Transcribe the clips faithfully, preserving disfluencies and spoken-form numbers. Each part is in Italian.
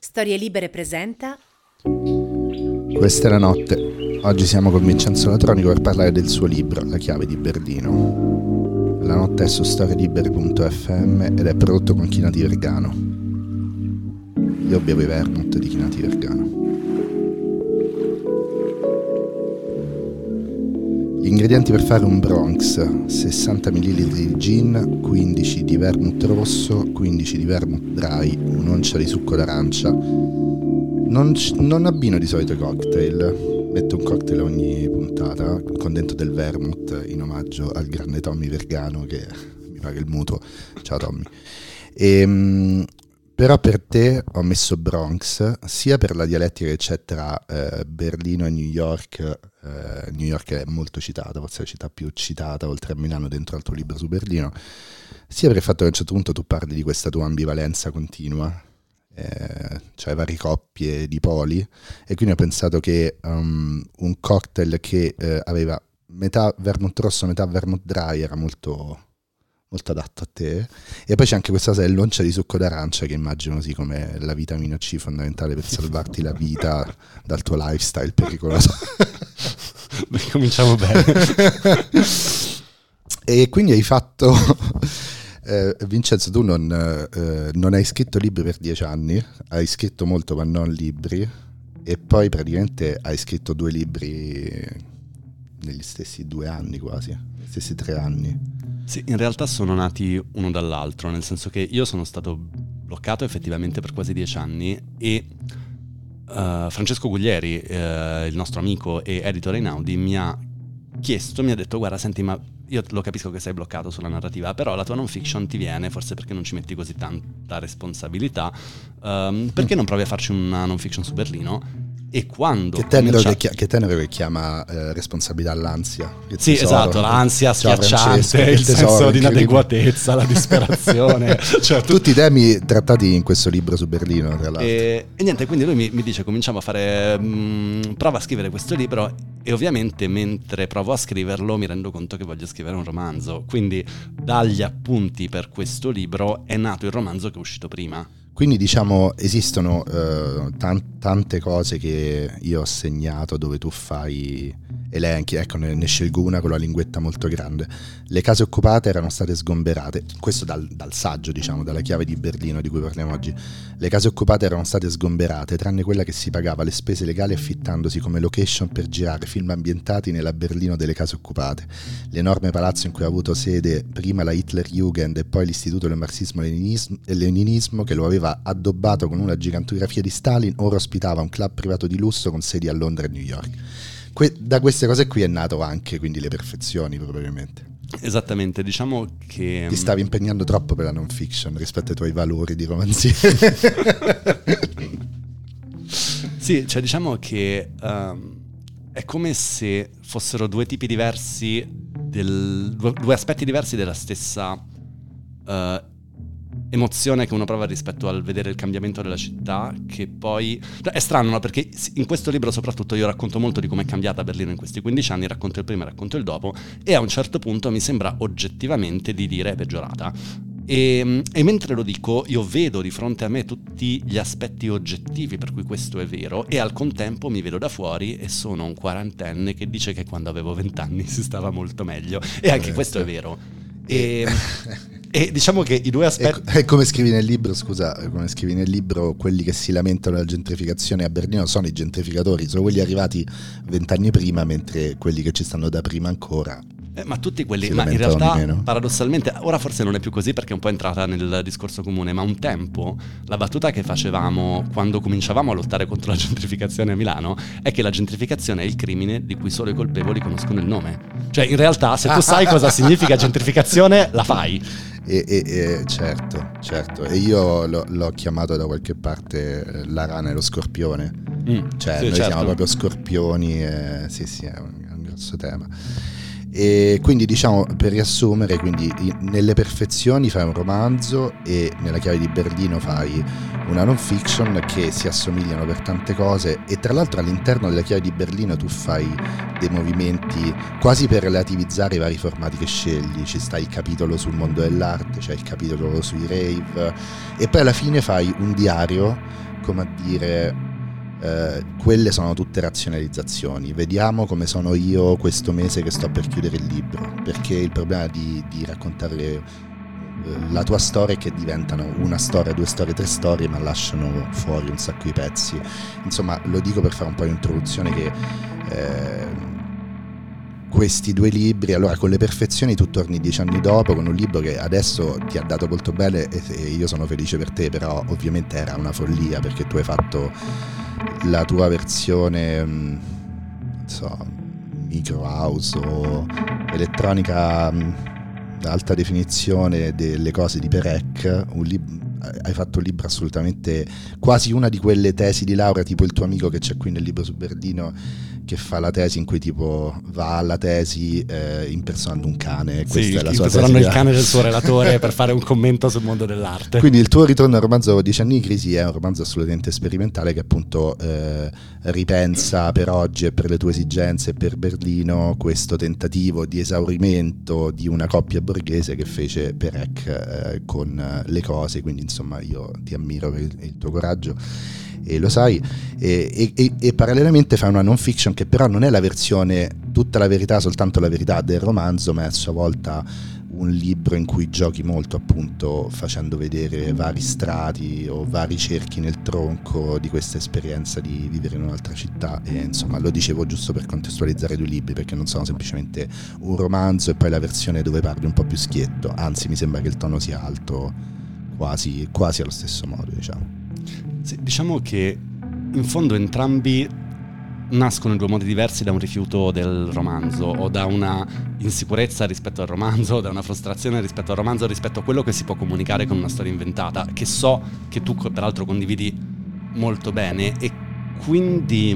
Storie Libere presenta Questa è la notte. Oggi siamo con Vincenzo Latronico per parlare del suo libro La chiave di Berlino. La notte è su storielibere punto effe emme ed è prodotto con Chinati Vergano. Io bevo i vermouth di Chinati Vergano. Gli ingredienti per fare un Bronx: sessanta millilitri di gin, quindici di vermouth rosso, quindici di vermouth dry, un'oncia di succo d'arancia. Non, non abbino di solito i cocktail, metto un cocktail ogni puntata con dentro del vermouth in omaggio al grande Tommy Vergano che mi paga il mutuo. Ciao Tommy. E, però per te ho messo Bronx sia per la dialettica che c'è tra eh, Berlino e New York. eh, New York è molto citata, forse è la città più citata oltre a Milano dentro al tuo libro su Berlino, sia per il fatto che a un certo punto tu parli di questa tua ambivalenza continua, eh, cioè varie coppie di poli, e quindi ho pensato che um, un cocktail che eh, aveva metà vermouth rosso metà vermouth dry era molto molto adatto a te. E poi c'è anche questa cosa dell'oncia di succo d'arancia che immagino così come la vitamina C fondamentale per salvarti la vita dal tuo lifestyle pericoloso. Beh, cominciamo bene. E quindi hai fatto eh, Vincenzo, tu non, eh, non hai scritto libri per dieci anni, hai scritto molto ma non libri, e poi praticamente hai scritto due libri negli stessi due anni quasi, negli stessi tre anni. Sì, in realtà sono nati uno dall'altro, nel senso che io sono stato bloccato effettivamente per quasi dieci anni e uh, Francesco Guglieri, uh, il nostro amico e editor Einaudi, mi ha chiesto, mi ha detto: guarda, senti, ma io lo capisco che sei bloccato sulla narrativa, però la tua non fiction ti viene, forse perché non ci metti così tanta responsabilità, um, perché non provi a farci una non fiction su Berlino? E quando che tenero, comincia... che, chia- che tenero che chiama eh, responsabilità l'ansia, il sì, tesoro, esatto, l'ansia Ciao, schiacciante, Francesco, il tesoro, senso di incredibile. inadeguatezza, la disperazione, cioè, tu... tutti i temi trattati in questo libro su Berlino, tra l'altro. E, e niente, quindi lui mi, mi dice: cominciamo a fare, mh, prova a scrivere questo libro. E ovviamente mentre provo a scriverlo mi rendo conto che voglio scrivere un romanzo, quindi dagli appunti per questo libro è nato il romanzo che è uscito prima. Quindi diciamo esistono eh, tan- tante cose che io ho segnato dove tu fai elenchi, ecco, ne, ne scelgo una con la linguetta molto grande. Le case occupate erano state sgomberate, questo dal, dal saggio, diciamo, dalla chiave di Berlino di cui parliamo oggi. Le case occupate erano state sgomberate, tranne quella che si pagava le spese legali affittandosi come location per girare film ambientati nella Berlino delle case occupate. L'enorme palazzo in cui ha avuto sede prima la Hitlerjugend e poi l'Istituto del Marxismo e Leninismo, che lo aveva addobbato con una gigantografia di Stalin, ora ospitava un club privato di lusso con sedi a Londra e New York. Que- da queste cose qui è nato anche quindi le perfezioni, probabilmente. Esattamente, diciamo che ti stavi impegnando troppo per la non fiction rispetto ai tuoi valori di romanziere. Sì, cioè diciamo che um, è come se fossero due tipi diversi del, due, due aspetti diversi della stessa uh, emozione che uno prova rispetto al vedere il cambiamento della città, che poi è strano, no? Perché in questo libro soprattutto io racconto molto di come è cambiata Berlino in questi quindici anni, racconto il prima e racconto il dopo, e a un certo punto mi sembra oggettivamente di dire è peggiorata. E, e mentre lo dico io vedo di fronte a me tutti gli aspetti oggettivi per cui questo è vero, e al contempo mi vedo da fuori e sono un quarantenne che dice che quando avevo vent'anni si stava molto meglio, e anche eh, questo è vero. E... E diciamo che i due aspetti... È, è come scrivi nel libro, scusa, come scrivi nel libro, quelli che si lamentano della gentrificazione a Berlino sono i gentrificatori, sono quelli arrivati vent'anni prima, mentre quelli che ci stanno da prima ancora... Eh, ma tutti quelli, ma in realtà paradossalmente ora forse non è più così perché è un po' entrata nel discorso comune, ma un tempo la battuta che facevamo quando cominciavamo a lottare contro la gentrificazione a Milano è che la gentrificazione è il crimine di cui solo i colpevoli conoscono il nome. Cioè in realtà se tu sai cosa significa gentrificazione la fai. E, e, e certo, certo, e io lo, l'ho chiamato da qualche parte la rana e lo scorpione, mm, cioè sì, noi certo. siamo proprio scorpioni, e, sì sì, è un, è un grosso tema. E quindi diciamo, per riassumere, quindi nelle perfezioni fai un romanzo e nella chiave di Berlino fai una non fiction che si assomigliano per tante cose, e tra l'altro all'interno della chiave di Berlino tu fai dei movimenti quasi per relativizzare i vari formati che scegli. Ci sta il capitolo sul mondo dell'arte, c'è il capitolo sui rave, e poi alla fine fai un diario come a dire, eh, quelle sono tutte razionalizzazioni. Vediamo come sono io questo mese che sto per chiudere il libro, perché il problema di, di raccontare la tua storia è che diventano una storia, due storie, tre storie, ma lasciano fuori un sacco di pezzi. Insomma, lo dico per fare un po' di introduzione, che eh, questi due libri, allora con Le Perfezioni tu torni dieci anni dopo con un libro che adesso ti ha dato molto bene e, e io sono felice per te, però ovviamente era una follia perché tu hai fatto la tua versione, non so, micro house o elettronica alta definizione delle cose di Perec. Un lib- hai fatto un libro assolutamente quasi una di quelle tesi di laurea, tipo il tuo amico che c'è qui nel libro su Berlino, che fa la tesi in cui tipo va alla tesi eh, impersonando un cane. Questa sì, è la sua impersonando tesi il cane del suo relatore per fare un commento sul mondo dell'arte. Quindi il tuo ritorno al romanzo Dieci anni di crisi è un romanzo assolutamente sperimentale che appunto eh, ripensa per oggi e per le tue esigenze e per Berlino questo tentativo di esaurimento di una coppia borghese che fece Perec eh, con eh, Le Cose. Quindi insomma io ti ammiro per il, il tuo coraggio e lo sai, e, e, e parallelamente fa una non fiction che però non è la versione tutta la verità, soltanto la verità del romanzo, ma è a sua volta un libro in cui giochi molto, appunto facendo vedere vari strati o vari cerchi nel tronco di questa esperienza di vivere in un'altra città. E insomma lo dicevo giusto per contestualizzare i due libri, perché non sono semplicemente un romanzo e poi la versione dove parli un po' più schietto, anzi mi sembra che il tono sia alto quasi, quasi allo stesso modo, diciamo. Sì, diciamo che in fondo entrambi nascono in due modi diversi da un rifiuto del romanzo o da una insicurezza rispetto al romanzo, da una frustrazione rispetto al romanzo, rispetto a quello che si può comunicare con una storia inventata, che so che tu peraltro condividi molto bene. E quindi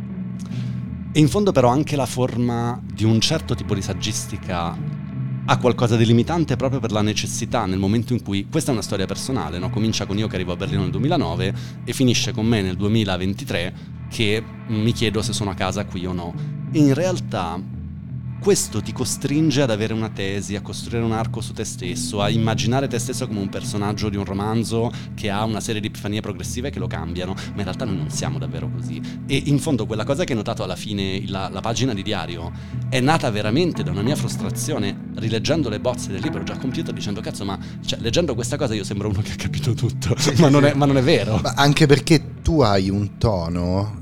e in fondo però anche la forma di un certo tipo di saggistica ha qualcosa di limitante proprio per la necessità, nel momento in cui questa è una storia personale, no? Comincia con io che arrivo a Berlino nel duemilanove e finisce con me nel duemilaventitré che mi chiedo se sono a casa qui o no. E in realtà questo ti costringe ad avere una tesi, a costruire un arco su te stesso, a immaginare te stesso come un personaggio di un romanzo che ha una serie di epifanie progressive che lo cambiano, ma in realtà noi non siamo davvero così. E in fondo quella cosa che hai notato alla fine, la, la pagina di diario, è nata veramente da una mia frustrazione, rileggendo le bozze del libro già compiuto, dicendo cazzo, ma cioè, leggendo questa cosa io sembro uno che ha capito tutto, ma, non è, ma non è vero. Ma anche perché tu hai un tono,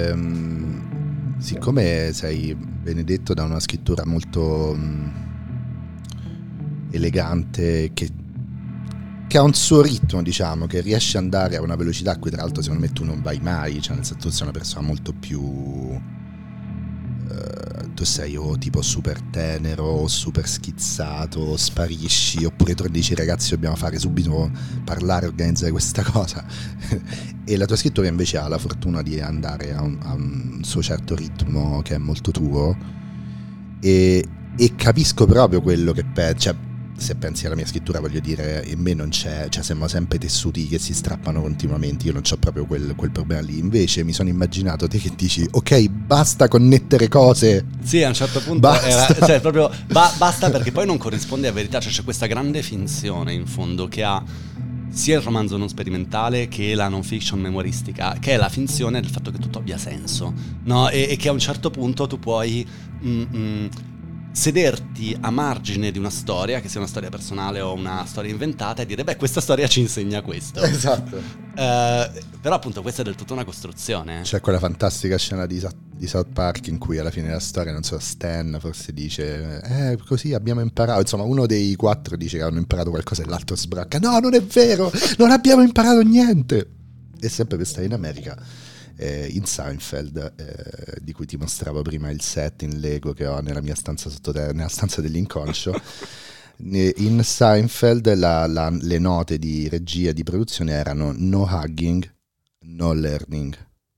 ehm, siccome sei benedetto da una scrittura molto mh, elegante, che, che ha un suo ritmo, diciamo, che riesce ad andare a una velocità a cui tra l'altro secondo me tu non vai mai, cioè nel senso tu sei una persona molto più uh, tu sei o tipo super tenero o super schizzato, o sparisci, oppure tu dici ragazzi dobbiamo fare subito, parlare, organizzare questa cosa e la tua scrittura invece ha la fortuna di andare a un, a un suo certo ritmo che è molto tuo e, e capisco proprio quello che pe- cioè se pensi alla mia scrittura, voglio dire, in me non c'è, cioè siamo sempre tessuti che si strappano continuamente, io non c'ho proprio quel, quel problema lì. Invece mi sono immaginato te che dici ok, basta connettere cose, sì, a un certo punto era, cioè proprio ba- basta, perché poi non corrisponde a verità, cioè c'è questa grande finzione in fondo che ha sia il romanzo non sperimentale che la non fiction memoristica, che è la finzione del fatto che tutto abbia senso, no? E, e che a un certo punto tu puoi mm, mm, sederti a margine di una storia, che sia una storia personale o una storia inventata, e dire beh, questa storia ci insegna questo. Esatto. Uh, però appunto questa è del tutto una costruzione. C'è quella fantastica scena di, di South Park in cui alla fine della storia, non so, Stan forse dice eh così abbiamo imparato, insomma uno dei quattro dice che hanno imparato qualcosa e l'altro sbracca no, non è vero, non abbiamo imparato niente. E sempre per stare in America, eh, in Seinfeld, eh, di cui ti mostravo prima il set in Lego che ho nella mia stanza sottoterra, nella stanza dell'inconscio. In Seinfeld la, la, le note di regia e di produzione erano no hugging, no learning.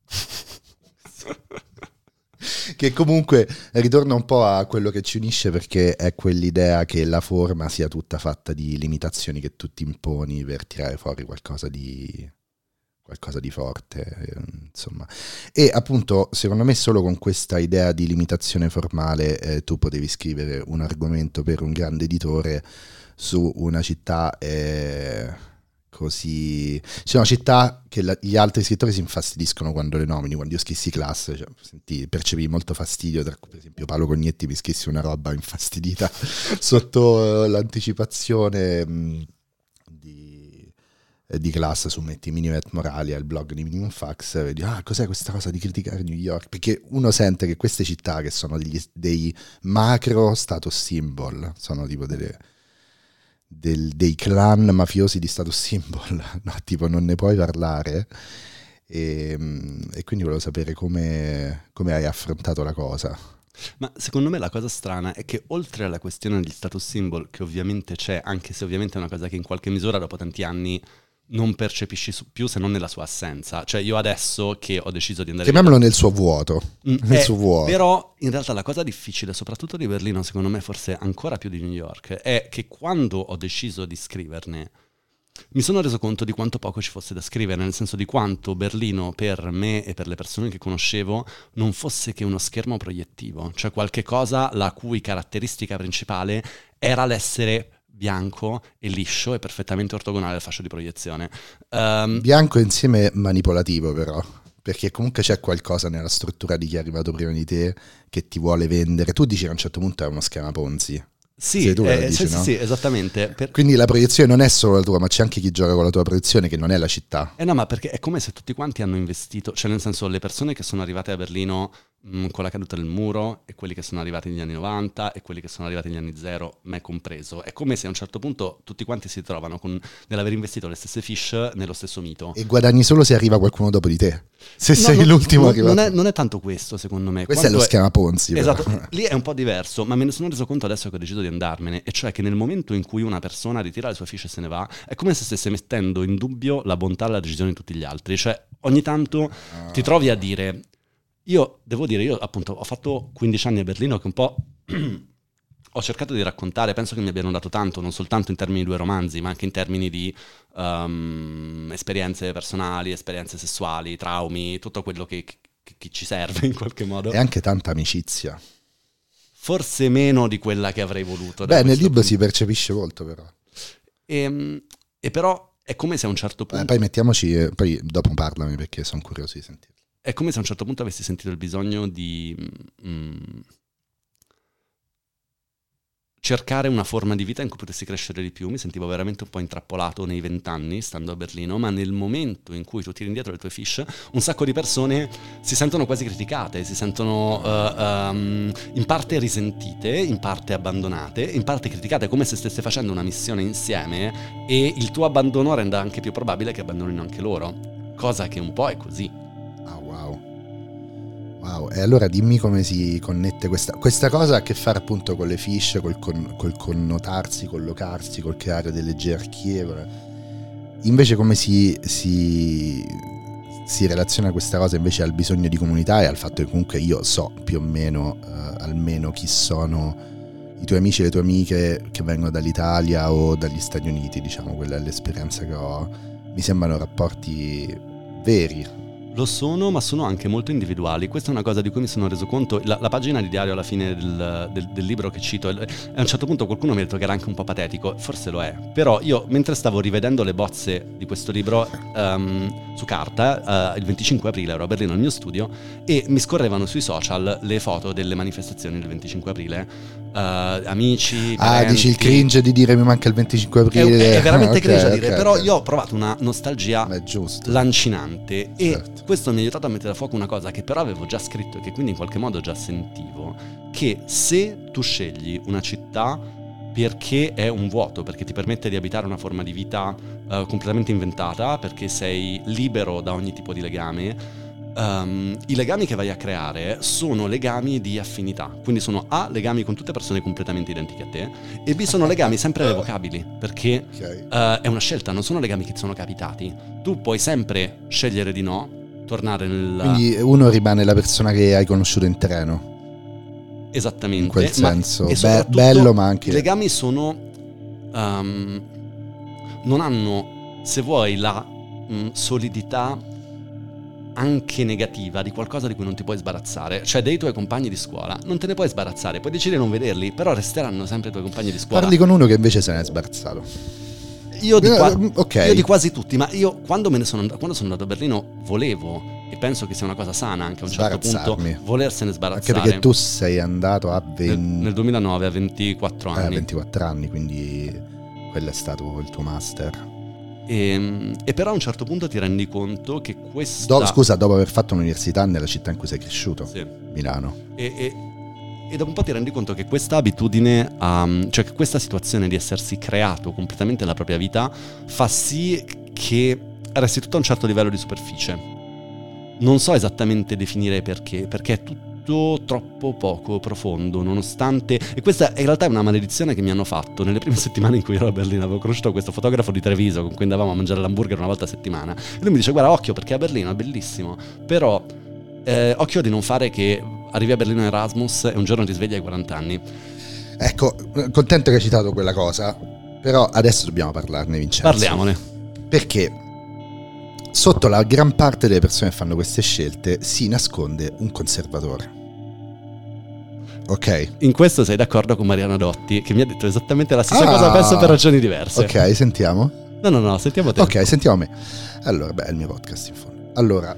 Che comunque ritorna un po' a quello che ci unisce, perché è quell'idea che la forma sia tutta fatta di limitazioni che tu ti imponi per tirare fuori qualcosa di qualcosa di forte, insomma. E appunto secondo me solo con questa idea di limitazione formale eh, tu potevi scrivere un argomento per un grande editore su una città eh, così... Ci sono città che la, gli altri scrittori si infastidiscono quando le nomini. Quando io scrissi Class, cioè, senti, percepii molto fastidio, per esempio Paolo Cognetti mi scrissi una roba infastidita sotto l'anticipazione mh, di, di Class su Metti Minimo et Morali al blog di Minimum Fax, vedi, ah, cos'è questa cosa di criticare New York? Perché uno sente che queste città, che sono degli, dei macro status symbol, sono tipo delle... Del, dei clan mafiosi di status symbol, no, tipo non ne puoi parlare, e, e quindi volevo sapere come, come hai affrontato la cosa. Ma secondo me la cosa strana è che oltre alla questione degli status symbol, che ovviamente c'è, anche se ovviamente è una cosa che in qualche misura dopo tanti anni non percepisci più se non nella sua assenza. Cioè io adesso che ho deciso di andare chiamiamolo via, nel suo vuoto, mm, nel eh, suo vuoto. Però in realtà la cosa difficile soprattutto di Berlino, secondo me forse ancora più di New York, è che quando ho deciso di scriverne mi sono reso conto di quanto poco ci fosse da scrivere, nel senso di quanto Berlino per me e per le persone che conoscevo non fosse che uno schermo proiettivo, cioè qualche cosa la cui caratteristica principale era l'essere bianco e liscio e perfettamente ortogonale al fascio di proiezione. Um, bianco insieme manipolativo però, perché comunque c'è qualcosa nella struttura di chi è arrivato prima di te che ti vuole vendere. Tu dici che a un certo punto è uno schema Ponzi. Sì, tu eh, dici, sì, no? sì, sì, esattamente. Per... Quindi la proiezione non è solo la tua, ma c'è anche chi gioca con la tua proiezione, che non è la città. Eh no, ma perché è come se tutti quanti hanno investito, cioè nel senso le persone che sono arrivate a Berlino mh, con la caduta del muro e quelli che sono arrivati negli anni novanta e quelli che sono arrivati negli anni zero, me compreso. È come se a un certo punto tutti quanti si trovano con nell'aver investito le stesse fish nello stesso mito. E guadagni solo se arriva qualcuno dopo di te. Se No, sei no, l'ultimo no, arrivato. Non è, non è tanto questo, secondo me. Questo è lo Quanto schema Ponzi. però. Esatto, lì è un po' diverso, ma me ne sono reso conto adesso che ho deciso di andarmene, e cioè che nel momento in cui una persona ritira le sue fiche e se ne va, è come se stesse mettendo in dubbio la bontà e la decisione di tutti gli altri. Cioè, ogni tanto ti trovi a dire... Io, devo dire, io appunto ho fatto quindici anni a Berlino che un po'... ho cercato di raccontare, penso che mi abbiano dato tanto, non soltanto in termini di due romanzi, ma anche in termini di um, esperienze personali, esperienze sessuali, traumi, tutto quello che, che, che ci serve in qualche modo. E anche tanta amicizia. Forse meno di quella che avrei voluto. Beh, nel libro punto. Si percepisce molto però. E, e però è come se a un certo punto... Eh, poi mettiamoci, poi dopo parlami perché sono curioso di sentire. È come se a un certo punto avessi sentito il bisogno di... Mm, cercare una forma di vita in cui potessi crescere di più. Mi sentivo veramente un po' intrappolato nei vent'anni stando a Berlino, ma nel momento in cui tu tiri indietro le tue fish, un sacco di persone si sentono quasi criticate, si sentono uh, um, in parte risentite, in parte abbandonate, in parte criticate, come se stesse facendo una missione insieme e il tuo abbandono renda anche più probabile che abbandonino anche loro, cosa che un po' è così. Ah, wow. Wow, e allora dimmi come si connette questa, questa cosa ha a che fare appunto con le fish, col, con, col connotarsi, collocarsi, col creare delle gerarchie. Invece come si, si, si relaziona questa cosa invece al bisogno di comunità e al fatto che comunque io so più o meno, eh, almeno chi sono i tuoi amici e le tue amiche che vengono dall'Italia o dagli Stati Uniti, diciamo, quella è l'esperienza che ho. Mi sembrano rapporti veri. Lo sono, ma sono anche molto individuali. Questa è una cosa di cui mi sono reso conto. La, la pagina di diario alla fine del, del, del libro che cito, a un certo punto qualcuno mi ha detto che era anche un po' patetico, forse lo è. Però io, mentre stavo rivedendo le bozze di questo libro um, su carta, uh, il venticinque aprile ero a Berlino al mio studio e mi scorrevano sui social le foto delle manifestazioni del venticinque aprile. Uh, amici, ah, parenti. Dici il cringe di dire mi manca il venticinque aprile. È, è veramente okay, cringe a okay, dire, okay. però io ho provato una nostalgia giusto. lancinante e certo. Questo mi ha aiutato a mettere a fuoco una cosa che però avevo già scritto e che quindi in qualche modo già sentivo, che se tu scegli una città perché è un vuoto, perché ti permette di abitare una forma di vita uh, completamente inventata, perché sei libero da ogni tipo di legame, Um, i legami che vai a creare sono legami di affinità, quindi sono A, legami con tutte persone completamente identiche a te, e B, sono legami sempre revocabili, perché okay. uh, è una scelta, non sono legami che ti sono capitati, tu puoi sempre scegliere di no, tornare nel... Quindi uno rimane la persona che hai conosciuto in treno. Esattamente. In quel senso, ma, Be- bello ma anche... I legami sono... Um, non hanno, se vuoi, la um, solidità anche negativa di qualcosa di cui non ti puoi sbarazzare, cioè dei tuoi compagni di scuola non te ne puoi sbarazzare, puoi decidere di non vederli, però resteranno sempre i tuoi compagni di scuola. Parli con uno che invece se ne è sbarazzato. io, di qua- okay. io di quasi tutti, ma io quando me ne sono andato, quando sono andato a Berlino volevo, e penso che sia una cosa sana anche a un certo punto, volersene sbarazzare. Anche perché tu sei andato a venti... nel, nel duemilanove a ventiquattro anni. Eh, ventiquattro anni, quindi quello è stato il tuo master. E, e però a un certo punto ti rendi conto che questa... Do, scusa, dopo aver fatto l'università nella città in cui sei cresciuto, sì. Milano. E, e, e dopo un po' ti rendi conto che questa abitudine, um, cioè che questa situazione di essersi creato completamente la propria vita fa sì che resti tutto a un certo livello di superficie. Non so esattamente definire perché, perché è tutto troppo poco profondo, nonostante... E questa in realtà è una maledizione che mi hanno fatto nelle prime settimane in cui ero a Berlino. Avevo conosciuto questo fotografo di Treviso con cui andavamo a mangiare l'hamburger una volta a settimana, e lui mi dice: guarda, occhio, perché a Berlino è bellissimo, però eh, occhio di non fare che arrivi a Berlino Erasmus e un giorno ti svegli ai quaranta anni. Ecco, contento che hai citato quella cosa, però adesso dobbiamo parlarne, Vincenzo. Parliamone. Perché sotto la gran parte delle persone che fanno queste scelte si nasconde un conservatore. Ok. In questo sei d'accordo con Mariana Dotti, che mi ha detto esattamente la stessa ah, cosa, penso per ragioni diverse. Ok, sentiamo. No, no, no, sentiamo te. Ok, sentiamo me. Allora, beh, è il mio podcast in fondo. Allora,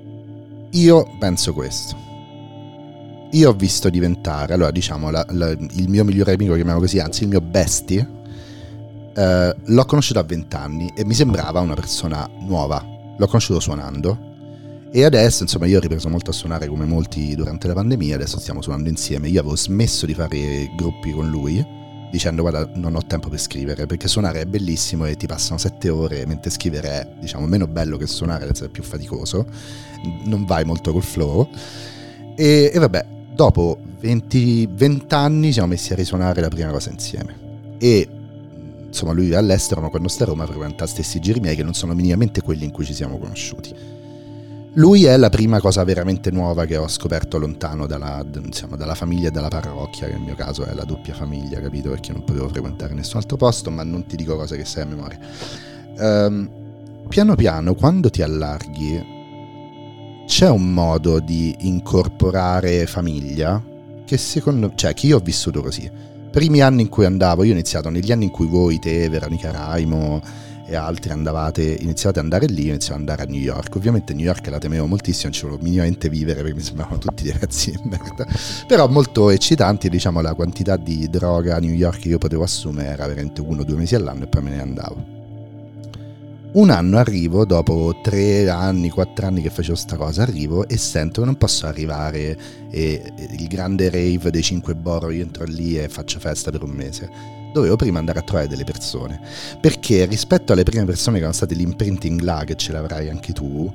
io penso questo. Io ho visto diventare, allora diciamo, la, la, il mio migliore amico, chiamiamo così, anzi il mio bestie, eh, l'ho conosciuto a vent'anni e mi sembrava una persona nuova. L'ho conosciuto suonando. E adesso, insomma, io ho ripreso molto a suonare come molti durante la pandemia, adesso stiamo suonando insieme. Io avevo smesso di fare gruppi con lui, dicendo: guarda, non ho tempo per scrivere, perché suonare è bellissimo e ti passano sette ore, mentre scrivere è, diciamo, meno bello che suonare, è più faticoso, non vai molto col flow. E, e vabbè, dopo venti, venti anni siamo messi a risuonare la prima cosa insieme. E insomma, lui è all'estero, ma quando sta a Roma frequenta stessi giri miei, che non sono minimamente quelli in cui ci siamo conosciuti. Lui è la prima cosa veramente nuova che ho scoperto lontano dalla, diciamo, dalla famiglia e dalla parrocchia, che nel mio caso è la doppia famiglia, capito? Perché non potevo frequentare nessun altro posto, ma non ti dico cose che sai a memoria. Um, piano piano, quando ti allarghi, c'è un modo di incorporare famiglia che secondo, cioè che io ho vissuto così. Primi anni in cui andavo, io ho iniziato negli anni in cui voi, te, Veronica Raimo e altri andavate, iniziate ad andare lì, io iniziavo ad andare a New York. Ovviamente New York la temevo moltissimo, non ci volevo minimamente vivere perché mi sembravano tutti dei pezzi di merda, però molto eccitanti, diciamo, la quantità di droga a New York che io potevo assumere era veramente uno o due mesi all'anno e poi me ne andavo. Un anno arrivo, dopo tre anni, quattro anni che facevo sta cosa, arrivo e sento che non posso arrivare e, e il grande rave dei cinque borough, io entro lì e faccio festa per un mese. Dovevo prima andare a trovare delle persone, perché rispetto alle prime persone che erano state l'imprinting là, che ce l'avrai anche tu,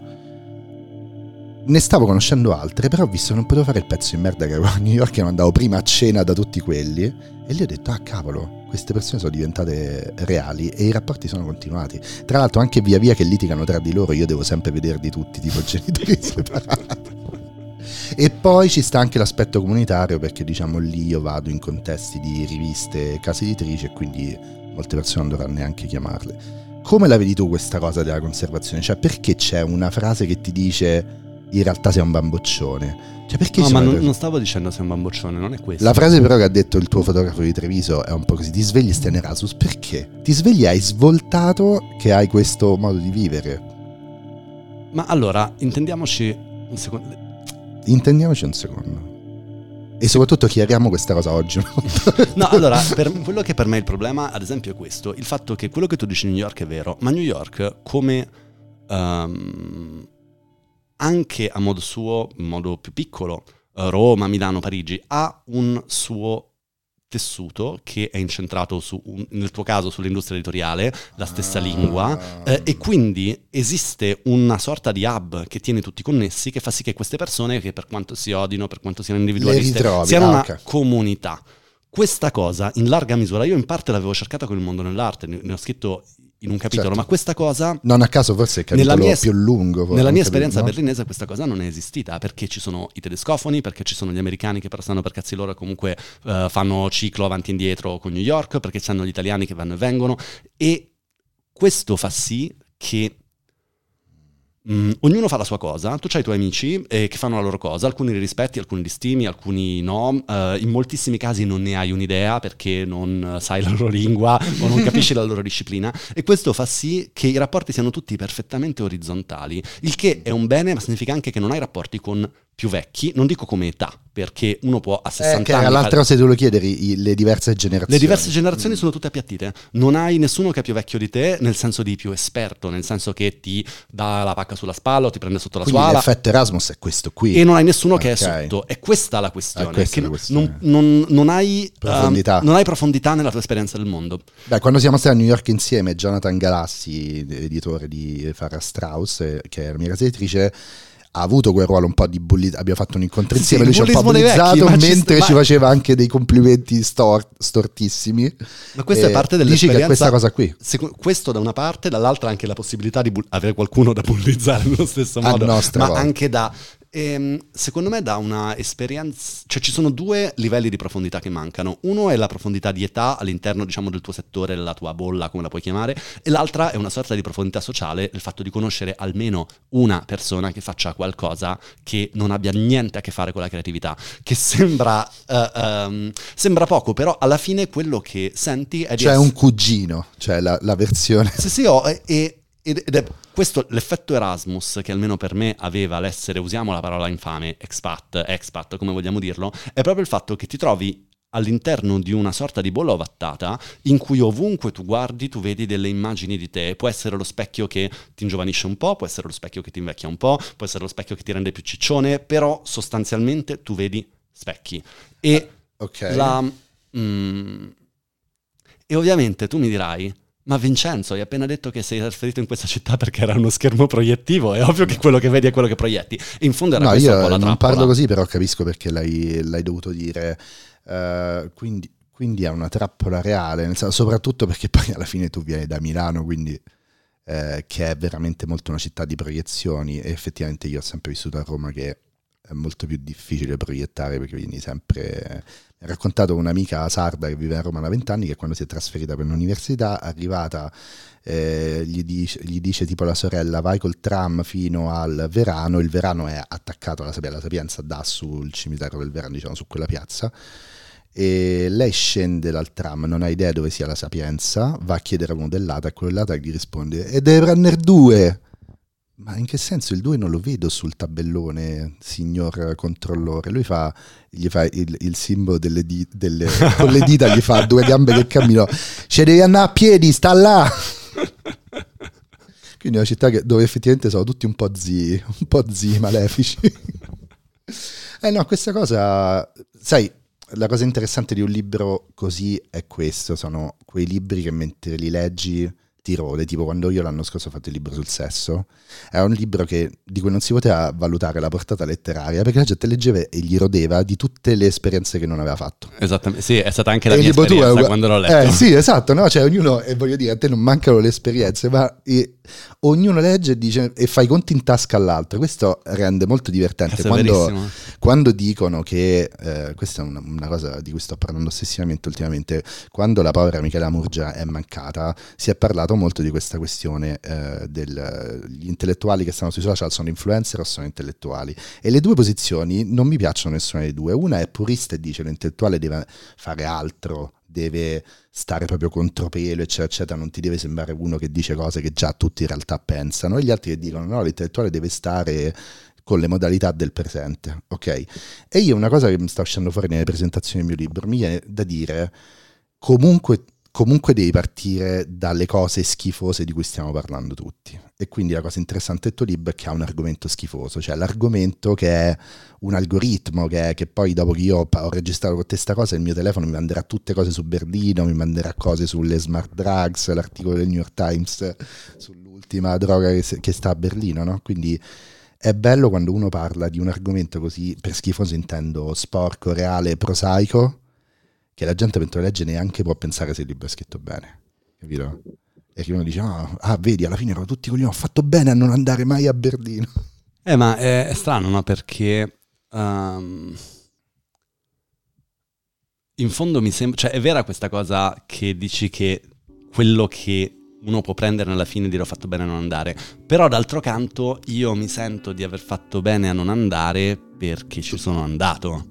ne stavo conoscendo altre, però ho visto che non potevo fare il pezzo di merda che avevo a New York, che andavo prima a cena da tutti quelli, e lì ho detto: ah cavolo, queste persone sono diventate reali, e i rapporti sono continuati. Tra l'altro anche via via che litigano tra di loro, io devo sempre vederli tutti, tipo genitori separati. E poi ci sta anche l'aspetto comunitario, perché diciamo lì io vado in contesti di riviste, case editrici, e quindi molte persone non dovranno neanche chiamarle. Come la vedi tu questa cosa della conservazione? Cioè, perché c'è una frase che ti dice in realtà sei un bamboccione? Cioè, perché no, ma non, per... non stavo dicendo sei un bamboccione, non è questo. La frase però che ha detto il tuo fotografo di Treviso è un po' così: ti svegli stai in Erasmus. Perché? Ti svegli e hai svoltato che hai questo modo di vivere. Ma allora, intendiamoci un secondo. Intendiamoci un secondo. E soprattutto chiariamo questa cosa oggi. No, allora, per quello che per me è il problema, ad esempio, è questo: il fatto che quello che tu dici New York è vero, ma New York, come um, anche a modo suo, in modo più piccolo, Roma, Milano, Parigi, ha un suo tessuto che è incentrato su un, nel tuo caso sull'industria editoriale, la stessa ah. lingua, eh, e quindi esiste una sorta di hub che tiene tutti connessi, che fa sì che queste persone, che per quanto si odino, per quanto siano individualiste, ritrovi, siano ah, una okay. comunità. Questa cosa in larga misura io in parte l'avevo cercata con il mondo nell'arte, ne ho scritto in un capitolo, certo. ma questa cosa non a caso forse è il capitolo nella mia, più lungo nella mia esperienza no? berlinese questa cosa non è esistita, perché ci sono i tedescofoni, perché ci sono gli americani che però stanno per cazzi loro e comunque uh, fanno ciclo avanti e indietro con New York, perché ci hanno gli italiani che vanno e vengono, e questo fa sì che Mm, ognuno fa la sua cosa, tu hai i tuoi amici eh, che fanno la loro cosa, alcuni li rispetti, alcuni li stimi, alcuni no, uh, in moltissimi casi non ne hai un'idea perché non sai la loro lingua o non capisci la loro disciplina, e questo fa sì che i rapporti siano tutti perfettamente orizzontali, il che è un bene, ma significa anche che non hai rapporti con più vecchi, non dico come età, perché uno può a sessanta eh, anni... L'altra cosa, se tu lo chiedi, le diverse generazioni. Le diverse generazioni mm. sono tutte appiattite. Non hai nessuno che è più vecchio di te, nel senso di più esperto, nel senso che ti dà la pacca sulla spalla o ti prende sotto la Quindi sua ala. l'effetto Erasmus è questo qui. E non hai nessuno okay. che è sotto. È questa la questione. È questa che la questione. Non, non, non, hai, profondità. Um, non hai profondità nella tua esperienza del mondo. Beh, quando siamo stati a New York insieme, Jonathan Galassi, editore di Farrar Straus, che è la mia casa editrice, ha avuto quel ruolo un po' di bullismo. Abbiamo fatto un incontro insieme, sì, lui ci ha un po' bullizzato vecchi, mentre ci, ci faceva anche dei complimenti stor- stortissimi. Ma questa e è parte dell'esperienza. Dici che questa cosa qui. Seco- questo da una parte, dall'altra anche la possibilità di bu- avere qualcuno da bullizzare nello stesso modo, ma volta. anche da... Ehm, secondo me da una esperienza, cioè ci sono due livelli di profondità che mancano. Uno è la profondità di età all'interno, diciamo, del tuo settore, della tua bolla, come la puoi chiamare, e l'altra è una sorta di profondità sociale, il fatto di conoscere almeno una persona che faccia qualcosa che non abbia niente a che fare con la creatività, che sembra uh, um, sembra poco, però alla fine quello che senti è di cioè essere... un cugino, cioè la, la versione sì sì oh, e ed è questo l'effetto Erasmus, che almeno per me aveva l'essere, usiamo la parola infame, expat, expat, come vogliamo dirlo, è proprio il fatto che ti trovi all'interno di una sorta di bolla ovattata in cui ovunque tu guardi tu vedi delle immagini di te. Può essere lo specchio che ti ingiovanisce un po', può essere lo specchio che ti invecchia un po', può essere lo specchio che ti rende più ciccione, però sostanzialmente tu vedi specchi. E okay. la mm, e ovviamente tu mi dirai: ma Vincenzo, hai appena detto che sei trasferito in questa città perché era uno schermo proiettivo, è ovvio che quello che vedi è quello che proietti. E in fondo era no, questa io un po' la non trappola. parlo così, però capisco perché l'hai, l'hai dovuto dire. Uh, quindi, quindi è una trappola reale, nel senso, soprattutto perché poi alla fine tu vieni da Milano, quindi eh, che è veramente molto una città di proiezioni, e effettivamente io ho sempre vissuto a Roma, che è molto più difficile proiettare perché vieni sempre... Mi ha raccontato un'amica sarda che vive a Roma da vent'anni che quando si è trasferita per l'università, arrivata, eh, gli, dice, gli dice tipo la sorella: vai col tram fino al Verano, il Verano è attaccato alla Sapienza, la Sapienza dà sul cimitero del Verano, diciamo, su quella piazza, e lei scende dal tram, non ha idea dove sia la Sapienza, va a chiedere a uno dell'A T A e quello dell'A T A gli risponde: e deve prendere due. Ma in che senso? Il due non lo vedo sul tabellone, signor controllore. Lui fa, gli fa il, il simbolo delle, di, delle con le dita, gli fa due gambe che camminano. Ci devi andare a piedi, sta là. Quindi è una città che, dove effettivamente sono tutti un po' zii, un po' zii malefici. Eh no, questa cosa, sai, la cosa interessante di un libro così è questo, sono quei libri che mentre li leggi ti rode, tipo quando io l'anno scorso ho fatto il libro sul sesso, era un libro che, di cui non si poteva valutare la portata letteraria perché la gente leggeva e gli rodeva di tutte le esperienze che non aveva fatto. Esattamente, sì, è stata anche la e mia esperienza tu, quando l'ho letto. Eh sì, esatto, no? Cioè ognuno, e voglio dire, a te non mancano le esperienze, ma e, ognuno legge e dice e fa i conti in tasca all'altro. Questo rende molto divertente. Quando, quando dicono che, eh, questa è una, una cosa di cui sto parlando ossessivamente ultimamente, quando la povera Michela Murgia è mancata, si è parlato molto di questa questione eh, degli intellettuali che stanno sui social sono influencer o sono intellettuali, e le due posizioni non mi piacciono nessuna dei due. Una è purista e dice l'intellettuale deve fare altro, deve stare proprio contropelo eccetera eccetera, non ti deve sembrare uno che dice cose che già tutti in realtà pensano, e gli altri che dicono no, l'intellettuale deve stare con le modalità del presente, ok? E io una cosa che mi sta uscendo fuori nelle presentazioni del mio libro, mi viene da dire comunque comunque devi partire dalle cose schifose di cui stiamo parlando tutti. E quindi la cosa interessante del tuo libro è che ha un argomento schifoso, cioè l'argomento che è un algoritmo, che, è, che poi dopo che io ho, ho registrato con te sta cosa, il mio telefono mi manderà tutte cose su Berlino, mi manderà cose sulle smart drugs, l'articolo del New York Times sull'ultima droga che, che sta a Berlino, no? Quindi è bello quando uno parla di un argomento così, per schifoso intendo sporco, reale, prosaico, che la gente mentre lo legge neanche può pensare se il libro è scritto bene, capito? E che uno dice ah, ah vedi, alla fine erano tutti coglioni, ho fatto bene a non andare mai a Berlino. Eh ma è, è strano, no? Perché um, in fondo mi sembra, cioè è vera questa cosa che dici che quello che uno può prendere alla fine e dire ho fatto bene a non andare. Però d'altro canto io mi sento di aver fatto bene a non andare perché ci sono andato.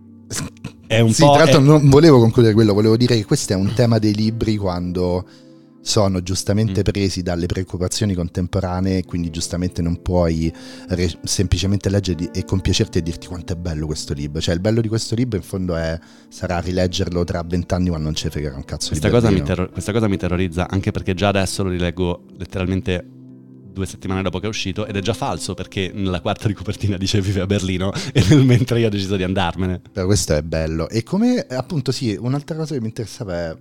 È un sì, po', tra l'altro è... non volevo concludere quello, volevo dire che questo è un tema dei libri quando sono giustamente Mm. presi dalle preoccupazioni contemporanee, quindi giustamente non puoi re- semplicemente leggere e compiacerti e dirti quanto è bello questo libro. Cioè il bello di questo libro in fondo è sarà rileggerlo tra vent'anni quando non ci frega un cazzo Questa di cosa, mi Berlino. terro- questa cosa mi terrorizza, anche perché già adesso lo rileggo letteralmente due settimane dopo che è uscito ed è già falso, perché nella quarta di copertina dice vive a Berlino e nel mentre io ho deciso di andarmene. Però questo è bello. E come appunto sì, un'altra cosa che mi interessava è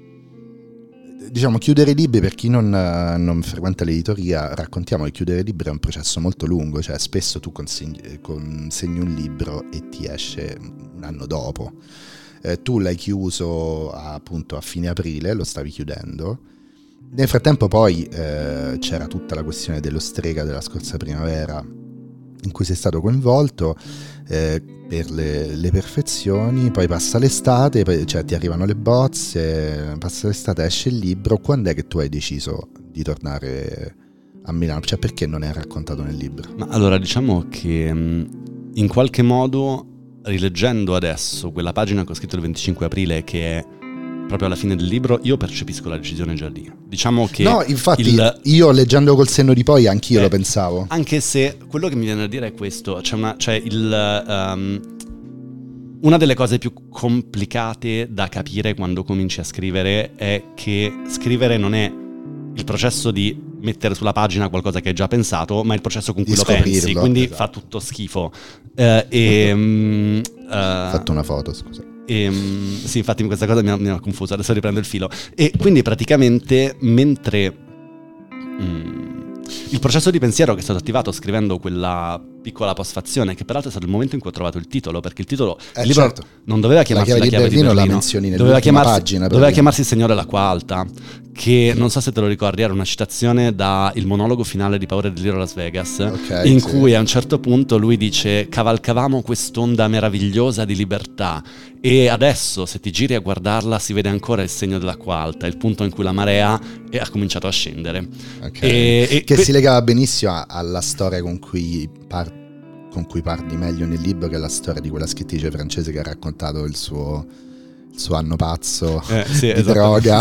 diciamo chiudere i libri. Per chi non, non frequenta l'editoria, raccontiamo che chiudere i libri è un processo molto lungo, cioè spesso tu consegni, consegni un libro e ti esce un anno dopo. Eh, tu l'hai chiuso a, appunto a fine aprile, lo stavi chiudendo. Nel frattempo poi eh, c'era tutta la questione dello Strega della scorsa primavera in cui sei stato coinvolto eh, per le, le perfezioni, poi passa l'estate, poi, cioè ti arrivano le bozze, passa l'estate, esce il libro. Quando è che tu hai deciso di tornare a Milano? Cioè perché non è raccontato nel libro? Ma allora diciamo che mh, in qualche modo, rileggendo adesso quella pagina che ho scritto il venticinque aprile, che è proprio alla fine del libro, io percepisco la decisione già lì. Diciamo che no, infatti il... io leggendo col senno di poi anch'io eh, lo pensavo. Anche se quello che mi viene da dire è questo, c'è una, c'è il um, una delle cose più complicate da capire quando cominci a scrivere è che scrivere non è il processo di mettere sulla pagina qualcosa che hai già pensato, ma il processo con cui Di lo pensi, scoprirlo, quindi esatto. fa tutto schifo. Eh, e um, uh, Ho fatto una foto, scusa. E, sì, infatti questa cosa mi ha, mi ha confuso, adesso riprendo il filo. E quindi praticamente mentre mm, il processo di pensiero che è stato attivato scrivendo quella piccola postfazione, che peraltro è stato il momento in cui ho trovato il titolo, perché il titolo Eh, il libro certo. non doveva chiamarsi La La chiave chiave di di Berlino, Berlino, la menzioni doveva nell'ultima chiamarsi, pagina, doveva perché- chiamarsi Il Signore dell'Acqua Alta, che non so se te lo ricordi, era una citazione da Il monologo finale di Paura e Delirio a Las Vegas, Ok, in sì. cui a un certo punto lui dice: cavalcavamo quest'onda meravigliosa di libertà e adesso se ti giri a guardarla si vede ancora il segno dell'acqua alta, il punto in cui la marea è- ha cominciato a scendere. Ok. E- e che que- si legava benissimo a- alla storia con cui, par- con cui parli meglio nel libro, che è la storia di quella scrittrice francese che ha raccontato il suo, il suo anno pazzo Eh, sì, di esatto. droga.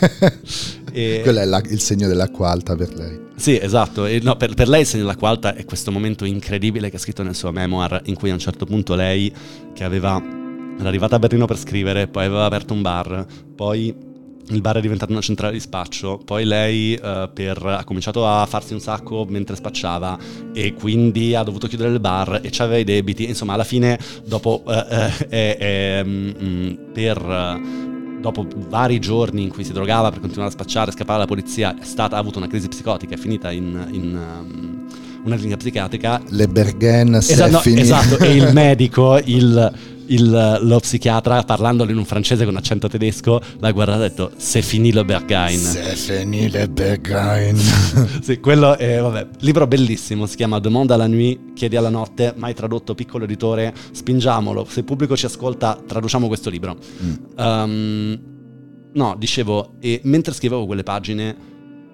E- Quello è la- il segno dell'acqua alta per lei. Sì, esatto. E no, per, per lei il segno dell'acqua alta è questo momento incredibile che ha scritto nel suo memoir, in cui a un certo punto lei, che aveva era arrivata a Berlino per scrivere, poi aveva aperto un bar, poi il bar è diventato una centrale di spaccio, poi lei eh, per, ha cominciato a farsi un sacco mentre spacciava e quindi ha dovuto chiudere il bar e c'aveva i debiti. Insomma, alla fine, dopo eh, eh, eh, mm, per... eh, dopo vari giorni in cui si drogava per continuare a spacciare, scappare alla polizia, è stata, ha avuto una crisi psicotica, è finita in, in um, una clinica psichiatrica. Le Bergen, Esa- no, Seffini. esatto, e il medico, il, il- lo psichiatra, parlandolo in un francese con accento tedesco, l'ha guardato e ha detto: c'est fini le Berghain. Seffini, le Bergen. Sì, quello è, vabbè, libro bellissimo, si chiama Demande à la nuit, chiedi alla notte, mai tradotto, piccolo editore, spingiamolo, se il pubblico ci ascolta traduciamo questo libro. Mm. Um, no, dicevo, e mentre scrivevo quelle pagine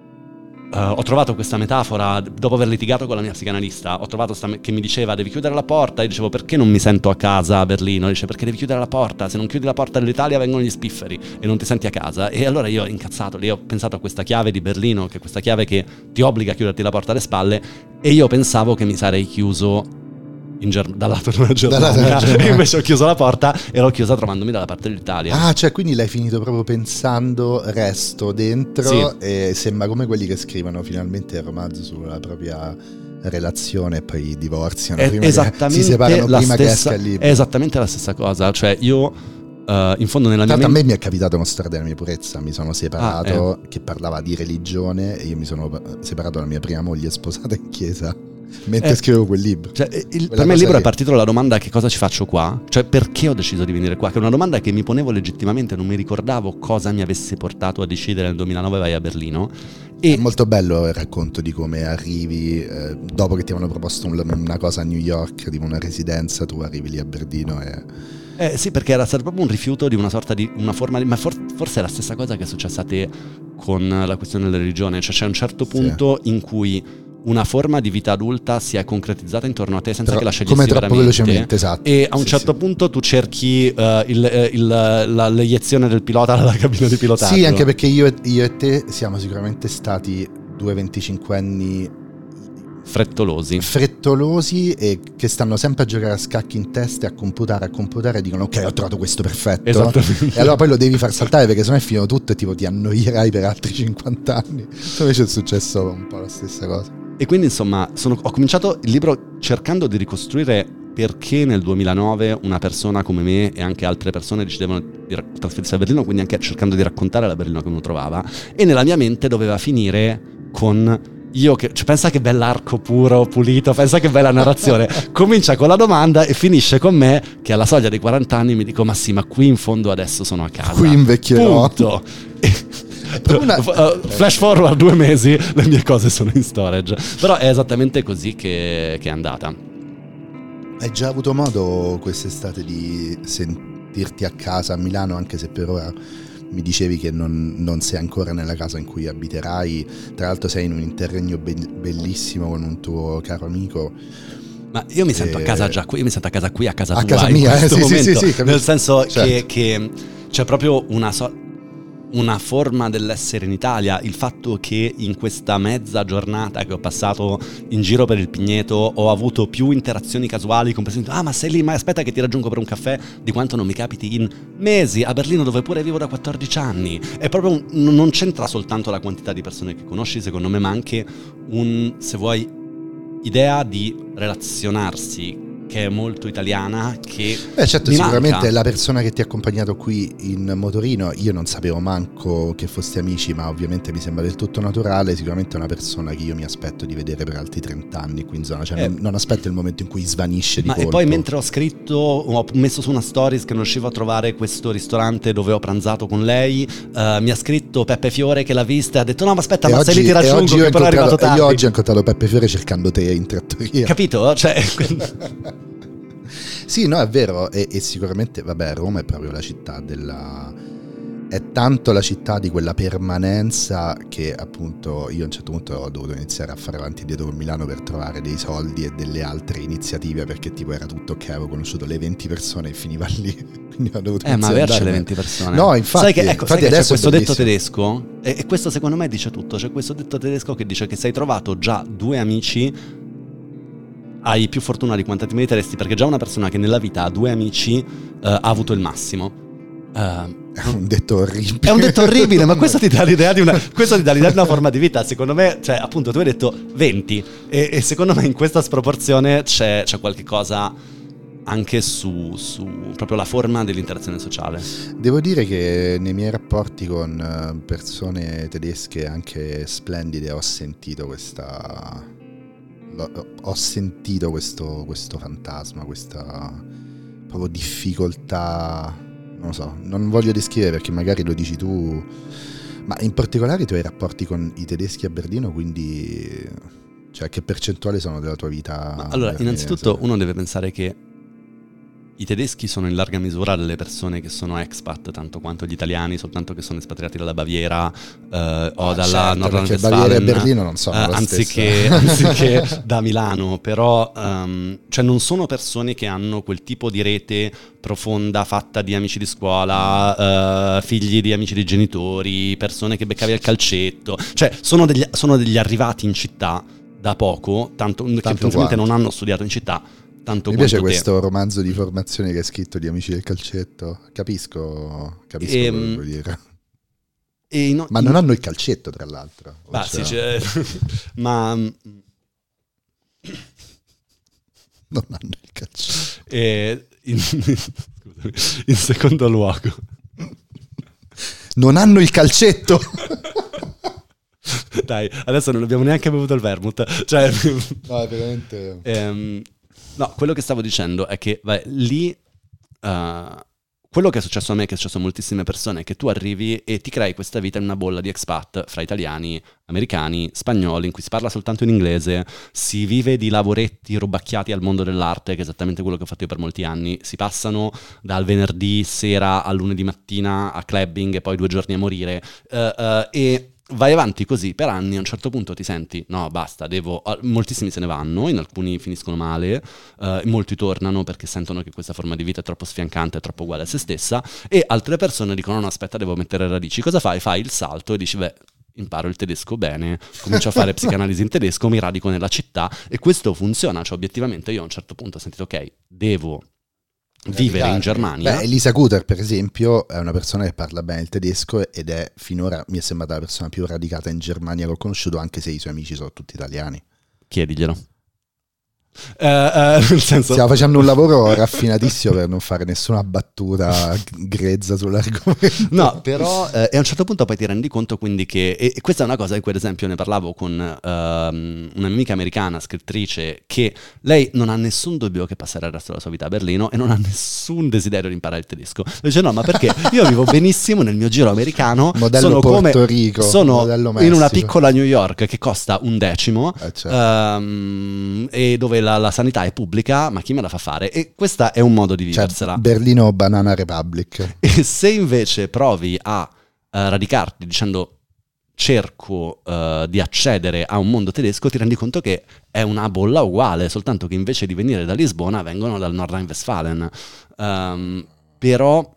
uh, ho trovato questa metafora, dopo aver litigato con la mia psicanalista, ho trovato sta me- che mi diceva devi chiudere la porta, e dicevo perché non mi sento a casa a Berlino? Dice perché devi chiudere la porta, se non chiudi la porta dell'Italia vengono gli spifferi e non ti senti a casa. E allora io incazzato lì ho pensato a questa chiave di Berlino, che è questa chiave che ti obbliga a chiuderti la porta alle spalle, e io pensavo che mi sarei chiuso in Ger- dal lato della Germania, Dalla- dalla Germania. e invece ho chiuso la porta e l'ho chiusa trovandomi dalla parte dell'Italia. Ah, cioè quindi l'hai finito proprio pensando resto dentro, Sì. e sembra come quelli che scrivono finalmente il romanzo sulla propria relazione e poi divorziano È prima esattamente che si separano la prima stessa, che esca il libro. è esattamente la stessa cosa, cioè io eh, in fondo nella Tra mia l'altro a mente- me mi è capitato una storia della mia purezza, mi sono separato Ah, che parlava di religione e io mi sono separato dalla mia prima moglie sposata in chiesa mentre Eh, scrivevo quel libro. Cioè, il- Quella per me il cosa libro lì. è partito dalla domanda che cosa ci faccio qua? Cioè perché ho deciso di venire qua? Che è una domanda che mi ponevo legittimamente, non mi ricordavo cosa mi avesse portato a decidere nel duemilanove vai a Berlino. È E molto bello il racconto di come arrivi eh, dopo che ti avevano proposto un- una cosa a New York, tipo una residenza, tu arrivi lì a Berlino e Eh sì, perché era stato proprio un rifiuto di una sorta di una forma di, ma for, forse è la stessa cosa che è successa a te con la questione della religione, cioè c'è un certo punto sì. in cui una forma di vita adulta si è concretizzata intorno a te senza Però che la scegliessi come troppo veramente, velocemente, esatto. E a un sì, certo sì. punto tu cerchi uh, il, il, la, l'eiezione del pilota dalla cabina di pilotaggio. Sì, anche perché io e, io e te siamo sicuramente stati due venticinquenni frettolosi frettolosi e che stanno sempre a giocare a scacchi in testa e a computare a computare e dicono ok, ho trovato questo perfetto, e allora poi lo devi far saltare perché sennò è finito tutto e tipo ti annoierai per altri cinquanta anni. Invece è successo un po' la stessa cosa. E quindi insomma sono, ho cominciato il libro cercando di ricostruire perché nel duemilanove una persona come me e anche altre persone decidevano di trasferirsi a Berlino, quindi anche cercando di raccontare la Berlino che uno trovava, e nella mia mente doveva finire con io che, cioè, pensa che bell'arco puro, pulito, pensa che bella narrazione. Comincia con la domanda e finisce con me che alla soglia dei quaranta anni mi dico ma sì, ma qui in fondo adesso sono a casa, qui invecchierò, punto. Una... flash forward due mesi, le mie cose sono in storage. Però è esattamente così che, che è andata. Hai già avuto modo quest'estate di sentirti a casa a Milano, anche se per ora mi dicevi che non, non sei ancora nella casa in cui abiterai, tra l'altro sei in un interregno be- bellissimo con un tuo caro amico. Ma io mi sento e... a casa già qui, io mi sento a casa qui, a casa a tua, casa mia, in questo eh, sì, momento, sì, sì, sì, nel senso certo. che, che c'è proprio una so- una forma dell'essere in Italia, il fatto che in questa mezza giornata che ho passato in giro per il Pigneto ho avuto più interazioni casuali con persone, ah ma sei lì, ma aspetta che ti raggiungo per un caffè, di quanto non mi capiti in mesi a Berlino, dove pure vivo da quattordici anni. È proprio un, non c'entra soltanto la quantità di persone che conosci, secondo me, ma anche un, se vuoi, idea di relazionarsi che è molto italiana, che Beh, certo, mi sicuramente manca. La persona che ti ha accompagnato qui in motorino, io non sapevo manco che foste amici, ma ovviamente mi sembra del tutto naturale, sicuramente è una persona che io mi aspetto di vedere per altri trenta anni qui in zona, cioè eh, non, non aspetto il momento in cui svanisce di ma colpo. E poi mentre ho scritto ho messo su una stories che non riuscivo a trovare questo ristorante dove ho pranzato con lei, uh, mi ha scritto Peppe Fiore che l'ha vista e ha detto no ma aspetta, e ma oggi, se lì ti raggiungo che però è arrivato tardi. Io oggi ho incontrato Peppe Fiore cercando te in trattoria, capito? Cioè sì, no, è vero, e, e sicuramente, vabbè, Roma è proprio la città della... è tanto la città di quella permanenza che appunto io a un certo punto ho dovuto iniziare a fare avanti e dietro con Milano per trovare dei soldi e delle altre iniziative, perché tipo era tutto ok, avevo conosciuto le venti persone e finiva lì, quindi ho dovuto eh ma averci le venti persone, no infatti, sai che, ecco, infatti sai che adesso c'è questo detto tedesco e, e questo secondo me dice tutto, c'è questo detto tedesco che dice che se hai trovato già due amici hai più fortuna di quanta ti meriteresti, perché già una persona che nella vita ha due amici uh, ha avuto il massimo. Uh, è un detto orribile. È un detto orribile, ma questo ti dà l'idea di una, questo ti dà l'idea di una forma di vita. Secondo me, cioè, appunto, tu hai detto venti, e, e secondo me in questa sproporzione c'è, c'è qualche cosa anche su, su proprio la forma dell'interazione sociale. Devo dire che nei miei rapporti con persone tedesche anche splendide ho sentito questa... ho sentito questo, questo fantasma, questa proprio difficoltà, non lo so, non voglio descrivere perché magari lo dici tu, ma in particolare tu hai rapporti con i tedeschi a Berlino, quindi cioè che percentuale sono della tua vita? Ma allora, innanzitutto uno deve pensare che i tedeschi sono in larga misura delle persone che sono expat, tanto quanto gli italiani, soltanto che sono espatriati dalla Baviera eh, o ah, dalla certo, Nordrhein-Westfalen, Baviera e Berlino non sono eh, la anziché, anziché da Milano, però um, cioè non sono persone che hanno quel tipo di rete profonda fatta di amici di scuola, uh, figli di amici di genitori, persone che beccavi al calcetto, cioè sono degli, sono degli arrivati in città da poco, tanto, tanto che tendenzialmente non hanno studiato in città. Tanto mi piace te. questo romanzo di formazione che hai scritto di Amici del Calcetto. Capisco, capisco e, quello che vuoi dire. E no, ma non hanno il calcetto, tra l'altro. Bah, sì, cioè, ma non hanno il calcetto. E in, scusami, in secondo luogo, non hanno il calcetto. Dai, adesso non abbiamo neanche bevuto il vermouth. Cioè, no, è veramente. Ehm, No, quello che stavo dicendo è che vai, lì uh, quello che è successo a me, che è successo a moltissime persone, è che tu arrivi e ti crei questa vita in una bolla di expat fra italiani, americani, spagnoli, in cui si parla soltanto in inglese, si vive di lavoretti rubacchiati al mondo dell'arte, che è esattamente quello che ho fatto io per molti anni. Si passano dal venerdì sera al lunedì mattina a clubbing e poi due giorni a morire. Uh, uh, e vai avanti così per anni, a un certo punto ti senti no basta, devo, moltissimi se ne vanno, in alcuni finiscono male, uh, molti tornano perché sentono che questa forma di vita è troppo sfiancante, è troppo uguale a se stessa, e altre persone dicono no aspetta, devo mettere radici. Cosa fai? Fai il salto e dici beh, imparo il tedesco bene, comincio a fare psicanalisi in tedesco, mi radico nella città, e questo funziona. Cioè obiettivamente io a un certo punto ho sentito ok, devo vivere in Germania. Beh, Elisa Kuter per esempio è una persona che parla bene il tedesco ed è finora, mi è sembrata la persona più radicata in Germania che ho conosciuto, anche se i suoi amici sono tutti italiani. Chiediglielo. Uh, uh, nel senso... Stiamo facendo un lavoro raffinatissimo per non fare nessuna battuta grezza sull'argomento. No, però eh, e a un certo punto poi ti rendi conto quindi che, e, e questa è una cosa di cui ad esempio ne parlavo con uh, un'amica americana, scrittrice, che lei non ha nessun dubbio che passerà il resto della sua vita a Berlino e non ha nessun desiderio di imparare il tedesco. Dice no, ma perché io vivo benissimo nel mio giro americano, modello sono Porto come, Rico, sono modello in una Messico. piccola New York che costa un decimo, eh, certo. um, e dove la, la sanità è pubblica, ma chi me la fa fare? E questo è un modo di viversela. Cioè, Berlino Banana Republic. E se invece provi a uh, radicarti dicendo cerco uh, di accedere a un mondo tedesco, ti rendi conto che è una bolla uguale, soltanto che invece di venire da Lisbona vengono dal Nordrhein-Westfalen. Um, però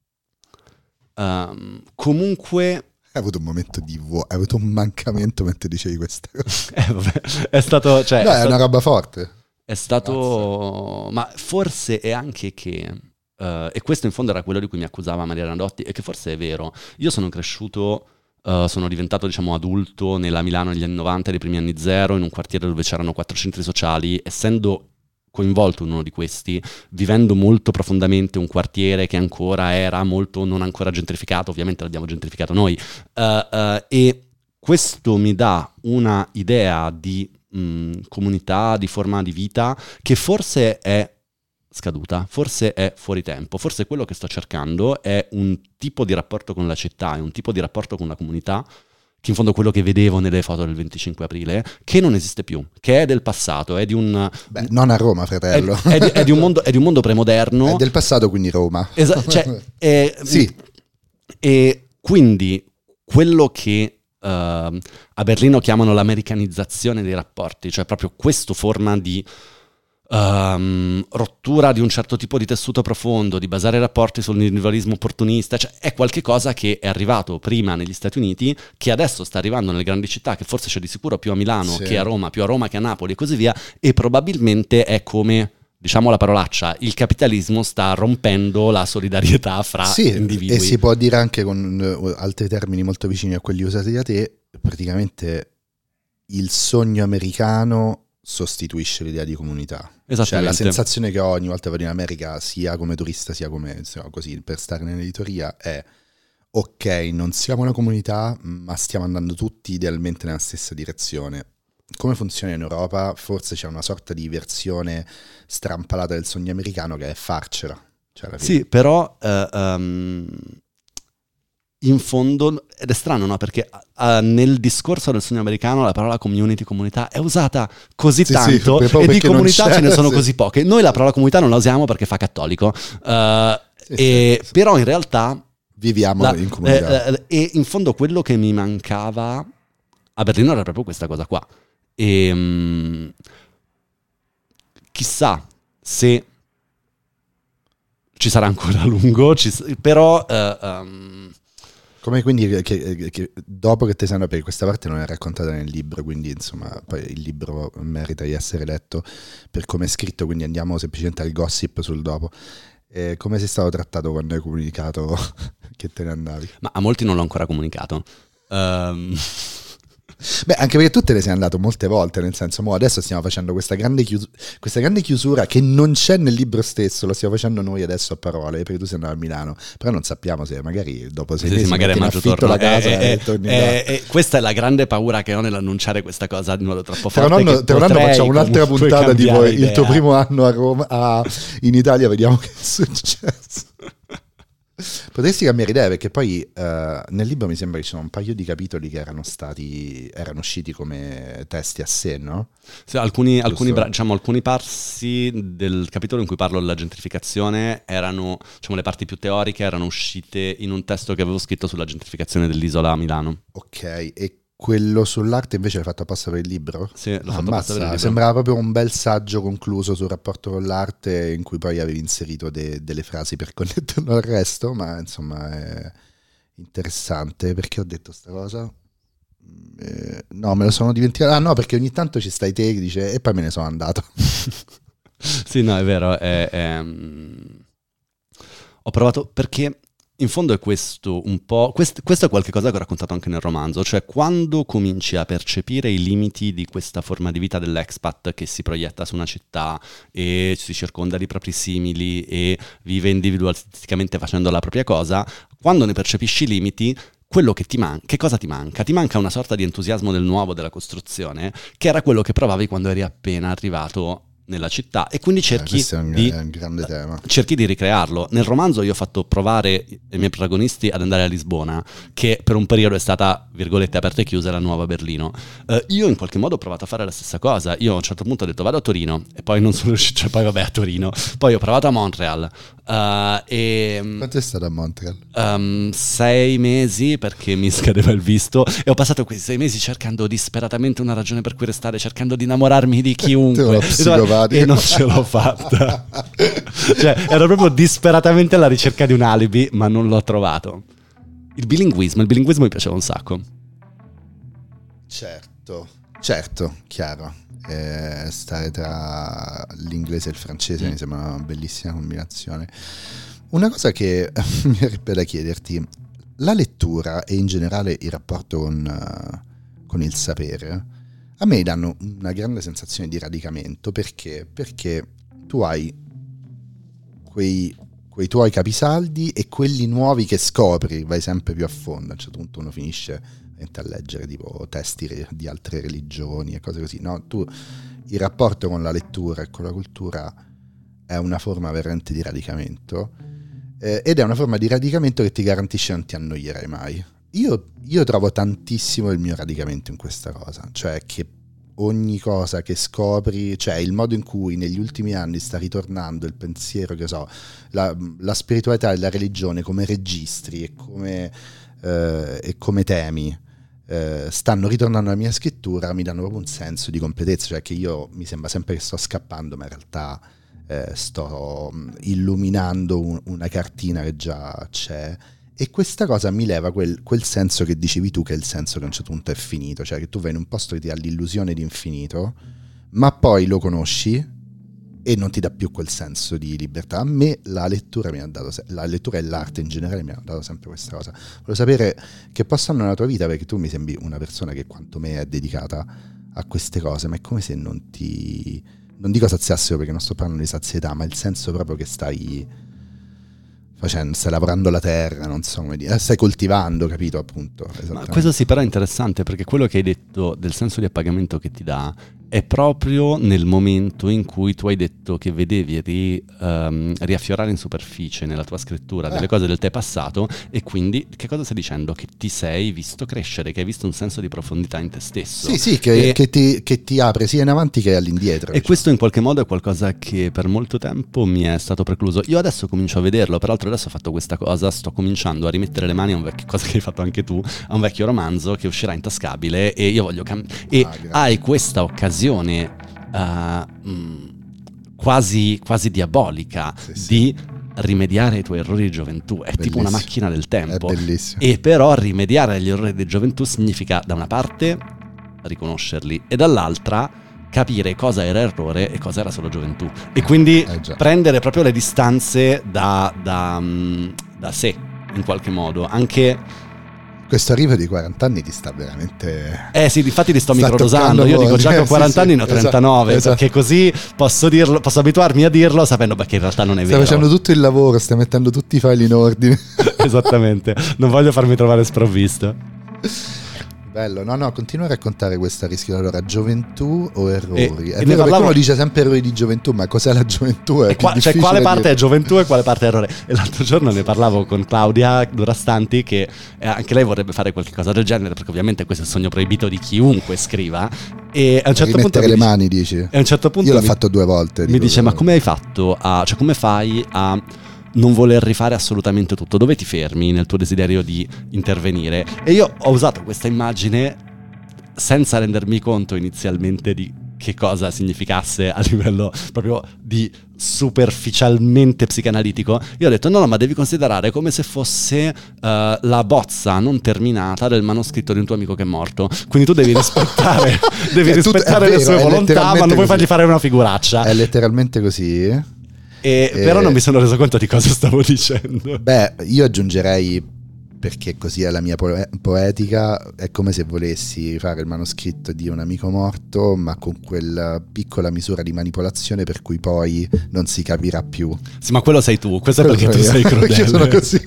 um, comunque... Hai avuto un momento di vuoto, hai avuto un mancamento mentre dicevi questa cosa. eh, vabbè, è stato... Cioè, no, è, è stato, una roba forte. È stato... Mazza. Ma forse è anche che... Uh, e questo in fondo era quello di cui mi accusava Maria Randotti, e che forse è vero. Io sono cresciuto, uh, sono diventato diciamo adulto nella Milano degli anni novanta, dei primi anni zero, in un quartiere dove c'erano quattro centri sociali, essendo coinvolto in uno di questi, vivendo molto profondamente un quartiere che ancora era molto non ancora gentrificato, ovviamente l'abbiamo gentrificato noi, uh, uh, e questo mi dà una idea di mh, comunità, di forma di vita che forse è scaduta, forse è fuori tempo, forse quello che sto cercando è un tipo di rapporto con la città, è un tipo di rapporto con la comunità che in fondo è quello che vedevo nelle foto del venticinque aprile, che non esiste più, che è del passato, è di un... Beh, non a Roma, fratello. È, è, di, è, di, un mondo, è di un mondo premoderno. È del passato, quindi Roma. Esa- cioè, è, sì. E quindi quello che uh, a Berlino chiamano l'americanizzazione dei rapporti, cioè proprio questa forma di Um, rottura di un certo tipo di tessuto profondo, di basare i rapporti sull'individualismo opportunista, cioè è qualche cosa che è arrivato prima negli Stati Uniti, che adesso sta arrivando nelle grandi città, che forse c'è di sicuro più a Milano sì. che a Roma, più a Roma che a Napoli e così via, e probabilmente è come, diciamo la parolaccia, il capitalismo sta rompendo la solidarietà fra sì, individui. E si può dire anche con altri termini molto vicini a quelli usati da te, praticamente il sogno americano sostituisce l'idea di comunità. Cioè la sensazione che ho ogni volta che vado in America, sia come turista sia come insomma, così per stare nell'editoria, è ok, non siamo una comunità ma stiamo andando tutti idealmente nella stessa direzione. Come funziona in Europa? Forse c'è una sorta di versione strampalata del sogno americano che è farcela, cioè alla fine. Sì, però uh, um... in fondo, ed è strano, no? Perché uh, nel discorso del sogno americano la parola community, comunità, è usata così sì, tanto sì, e di comunità ce ne sono sì. così poche. Noi la parola comunità non la usiamo perché fa cattolico, uh, sì, e, sì. però in realtà viviamo la, in comunità. Eh, eh, e in fondo quello che mi mancava a Berlino era proprio questa cosa qua. E um, chissà se ci sarà ancora a lungo, ci, però... Uh, um, Come quindi che, che, che dopo che te sei andato, perché questa parte non è raccontata nel libro, quindi insomma poi il libro merita di essere letto per come è scritto, quindi andiamo semplicemente al gossip sul dopo. Eh, come sei stato trattato quando hai comunicato che te ne andavi? Ma a molti non l'ho ancora comunicato. Um... Beh, anche perché tu te ne sei andato molte volte, nel senso, mo adesso stiamo facendo questa grande, chius- questa grande chiusura che non c'è nel libro stesso, lo stiamo facendo noi adesso a parole, perché tu sei andato a Milano, però non sappiamo se magari dopo sei sì, mesi sì, magari metti in affitto la casa eh, e eh, torni eh, eh, questa è la grande paura che ho nell'annunciare questa cosa di modo troppo tra forte. un anno, tra un anno facciamo un'altra puntata tipo il tuo primo anno a Roma, a, in Italia, vediamo che è successo. Potresti cambiare idea, perché poi uh, nel libro mi sembra che ci sono un paio di capitoli che erano stati erano usciti come testi a sé, no? Sì, alcuni, alcuni, diciamo, alcuni parsi del capitolo in cui parlo della gentrificazione erano, diciamo, le parti più teoriche erano uscite in un testo che avevo scritto sulla gentrificazione dell'isola a Milano. Ok, e quello sull'arte invece l'hai fatto apposta per il libro? Sì, l'ho ah, fatto apposta per il libro. Sembrava proprio un bel saggio concluso sul rapporto con l'arte, in cui poi avevi inserito de- delle frasi per connetterlo al resto, ma insomma è interessante. Perché ho detto sta cosa? Eh, no, me lo sono dimenticato. Ah no, perché ogni tanto ci stai te che dice e poi me ne sono andato. Sì, no, è vero. È, è... Ho provato perché... In fondo è questo un po', quest, questo è qualcosa che ho raccontato anche nel romanzo, cioè quando cominci a percepire i limiti di questa forma di vita dell'expat che si proietta su una città e si circonda di propri simili e vive individualisticamente facendo la propria cosa, quando ne percepisci i limiti, quello che ti manca, che cosa ti manca? Ti manca una sorta di entusiasmo del nuovo, della costruzione, che era quello che provavi quando eri appena arrivato nella città, e quindi cerchi, eh, è un, di, è un grande tema. cerchi di ricrearlo. Nel romanzo io ho fatto provare i miei protagonisti ad andare a Lisbona, che per un periodo è stata, virgolette aperte e chiuse, la nuova Berlino. Uh, io in qualche modo ho provato a fare la stessa cosa. Io a un certo punto ho detto vado a Torino, e poi non sono riuscito, cioè poi vabbè a Torino, poi ho provato a Montreal. Uh, e, Quanto è stato a Montreal? Um, sei mesi, perché mi scadeva il visto, e ho passato questi sei mesi cercando disperatamente una ragione per cui restare, cercando di innamorarmi di chiunque e non ce l'ho fatta. Cioè ero proprio disperatamente alla ricerca di un alibi, ma non l'ho trovato. Il bilinguismo, il bilinguismo mi piaceva un sacco. Certo, certo, chiaro. Eh, stare tra l'inglese e il francese mm. mi sembra una bellissima combinazione. Una cosa che mi verrebbe da chiederti: la lettura e in generale il rapporto con, uh, con il sapere a me danno una grande sensazione di radicamento, perché perché tu hai quei, quei tuoi capisaldi e quelli nuovi che scopri, vai sempre più a fondo. A un certo punto uno finisce a leggere tipo testi di altre religioni e cose così, no? Tu, il rapporto con la lettura e con la cultura è una forma veramente di radicamento, eh, ed è una forma di radicamento che ti garantisce non ti annoierai mai. Io, io trovo tantissimo il mio radicamento in questa cosa, cioè che ogni cosa che scopri, cioè il modo in cui negli ultimi anni sta ritornando il pensiero, che so, la, la spiritualità e la religione come registri e come, eh, e come temi eh, stanno ritornando alla mia scrittura, mi danno proprio un senso di completezza, cioè che io mi sembra sempre che sto scappando, ma in realtà eh, sto illuminando un, una cartina che già c'è. E questa cosa mi leva quel, quel senso che dicevi tu, che è il senso che a un certo punto è finito, cioè che tu vai in un posto che ti dà l'illusione di infinito, ma poi lo conosci e non ti dà più quel senso di libertà. A me la lettura mi ha dato, la lettura e l'arte in generale mi hanno dato sempre questa cosa. Volevo sapere che possa nella tua vita, perché tu mi sembri una persona che quanto me è dedicata a queste cose, ma è come se non ti, non dico saziassero, perché non sto parlando di sazietà, ma il senso proprio che stai facendo, stai lavorando la terra, non so come dire, stai coltivando, capito, appunto. Ma questo sì, però è interessante, perché quello che hai detto del senso di appagamento che ti dà è proprio nel momento in cui tu hai detto che vedevi ri, um, riaffiorare in superficie nella tua scrittura eh. delle cose del te passato, e quindi che cosa stai dicendo? Che ti sei visto crescere, che hai visto un senso di profondità in te stesso. Sì, sì, che, e, che, ti, che ti apre sia in avanti che all'indietro. E diciamo. Questo in qualche modo è qualcosa che per molto tempo mi è stato precluso. Io adesso comincio a vederlo, peraltro adesso ho fatto questa cosa, sto cominciando a rimettere le mani a un vecchio, cosa che hai fatto anche tu, a un vecchio romanzo che uscirà in tascabile, e io voglio cambiare. E ah, hai questa occasione uh, mh, quasi, quasi diabolica sì, sì. di rimediare ai tuoi errori di gioventù. È bellissimo. Tipo una macchina del tempo. È bellissimo. E però rimediare agli errori di gioventù significa, da una parte, riconoscerli, e dall'altra capire cosa era errore e cosa era solo gioventù, e quindi eh prendere proprio le distanze da, da, da sé, in qualche modo. Anche questo arrivo di quaranta anni ti sta veramente... Eh sì, infatti ti sto microdosando. Io dico già che ho quaranta sì, anni, ne ho trentanove, esatto, perché così posso dirlo, posso abituarmi a dirlo sapendo che in realtà non è stai vero. Stai facendo tutto il lavoro, stai mettendo tutti i file in ordine. Esattamente, non voglio farmi trovare sprovvisto. Bello, no no, continua a raccontare questa rischio. Allora, gioventù o errori? E, è e vero, parlavo... perché uno dice sempre errori di gioventù, ma cos'è la gioventù? È qua, cioè quale parte dire. È gioventù e quale parte è errore? E l'altro giorno ne parlavo con Claudia Durastanti, che eh, anche lei vorrebbe fare qualcosa del genere, perché ovviamente questo è il sogno proibito di chiunque scriva. E a un certo punto le dice, mani, dici? E a un certo punto io l'ho mi, fatto due volte. Mi dice, ma come hai fatto a... cioè come fai a... non voler rifare assolutamente tutto? Dove ti fermi nel tuo desiderio di intervenire? E io ho usato questa immagine senza rendermi conto inizialmente di che cosa significasse a livello proprio di superficialmente psicanalitico. Io ho detto no no, ma devi considerare come se fosse uh, la bozza non terminata del manoscritto di un tuo amico che è morto, quindi tu devi rispettare devi rispettare le sue volontà, ma non puoi fargli fare una figuraccia. È letteralmente così. E, e però non mi sono reso conto di cosa stavo dicendo. Beh, io aggiungerei, perché così è la mia poe- poetica, è come se volessi fare il manoscritto di un amico morto, ma con quella piccola misura di manipolazione per cui poi non si capirà più. Sì, ma quello sei tu, questo quello è perché tu sei crudele. Perché io sono così.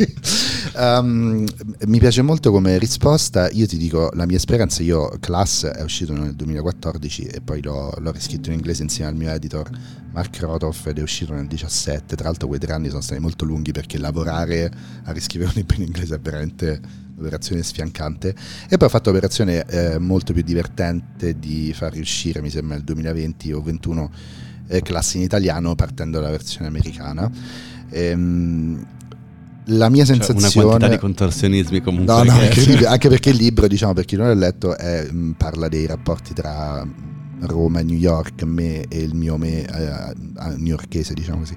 Um, mi piace molto come risposta. Io ti dico la mia esperienza. Io Class è uscito nel duemilaquattordici e poi l'ho, l'ho riscritto in inglese insieme al mio editor Mark Rotoff ed è uscito nel diciassette. Tra l'altro quei tre anni sono stati molto lunghi, perché lavorare a riscrivere un libro in inglese è veramente un'operazione sfiancante. E poi ho fatto l'operazione eh, molto più divertente di far riuscire, mi sembra nel duemilaventi o ventuno, eh, Class in italiano, partendo dalla versione americana. Ehm, la mia sensazione, cioè una quantità di contorsionismi comunque. No, no, che... anche perché il libro, diciamo, per chi non l'ha letto, è, parla dei rapporti tra Roma e New York, me e il mio me eh, newyorkese, diciamo così.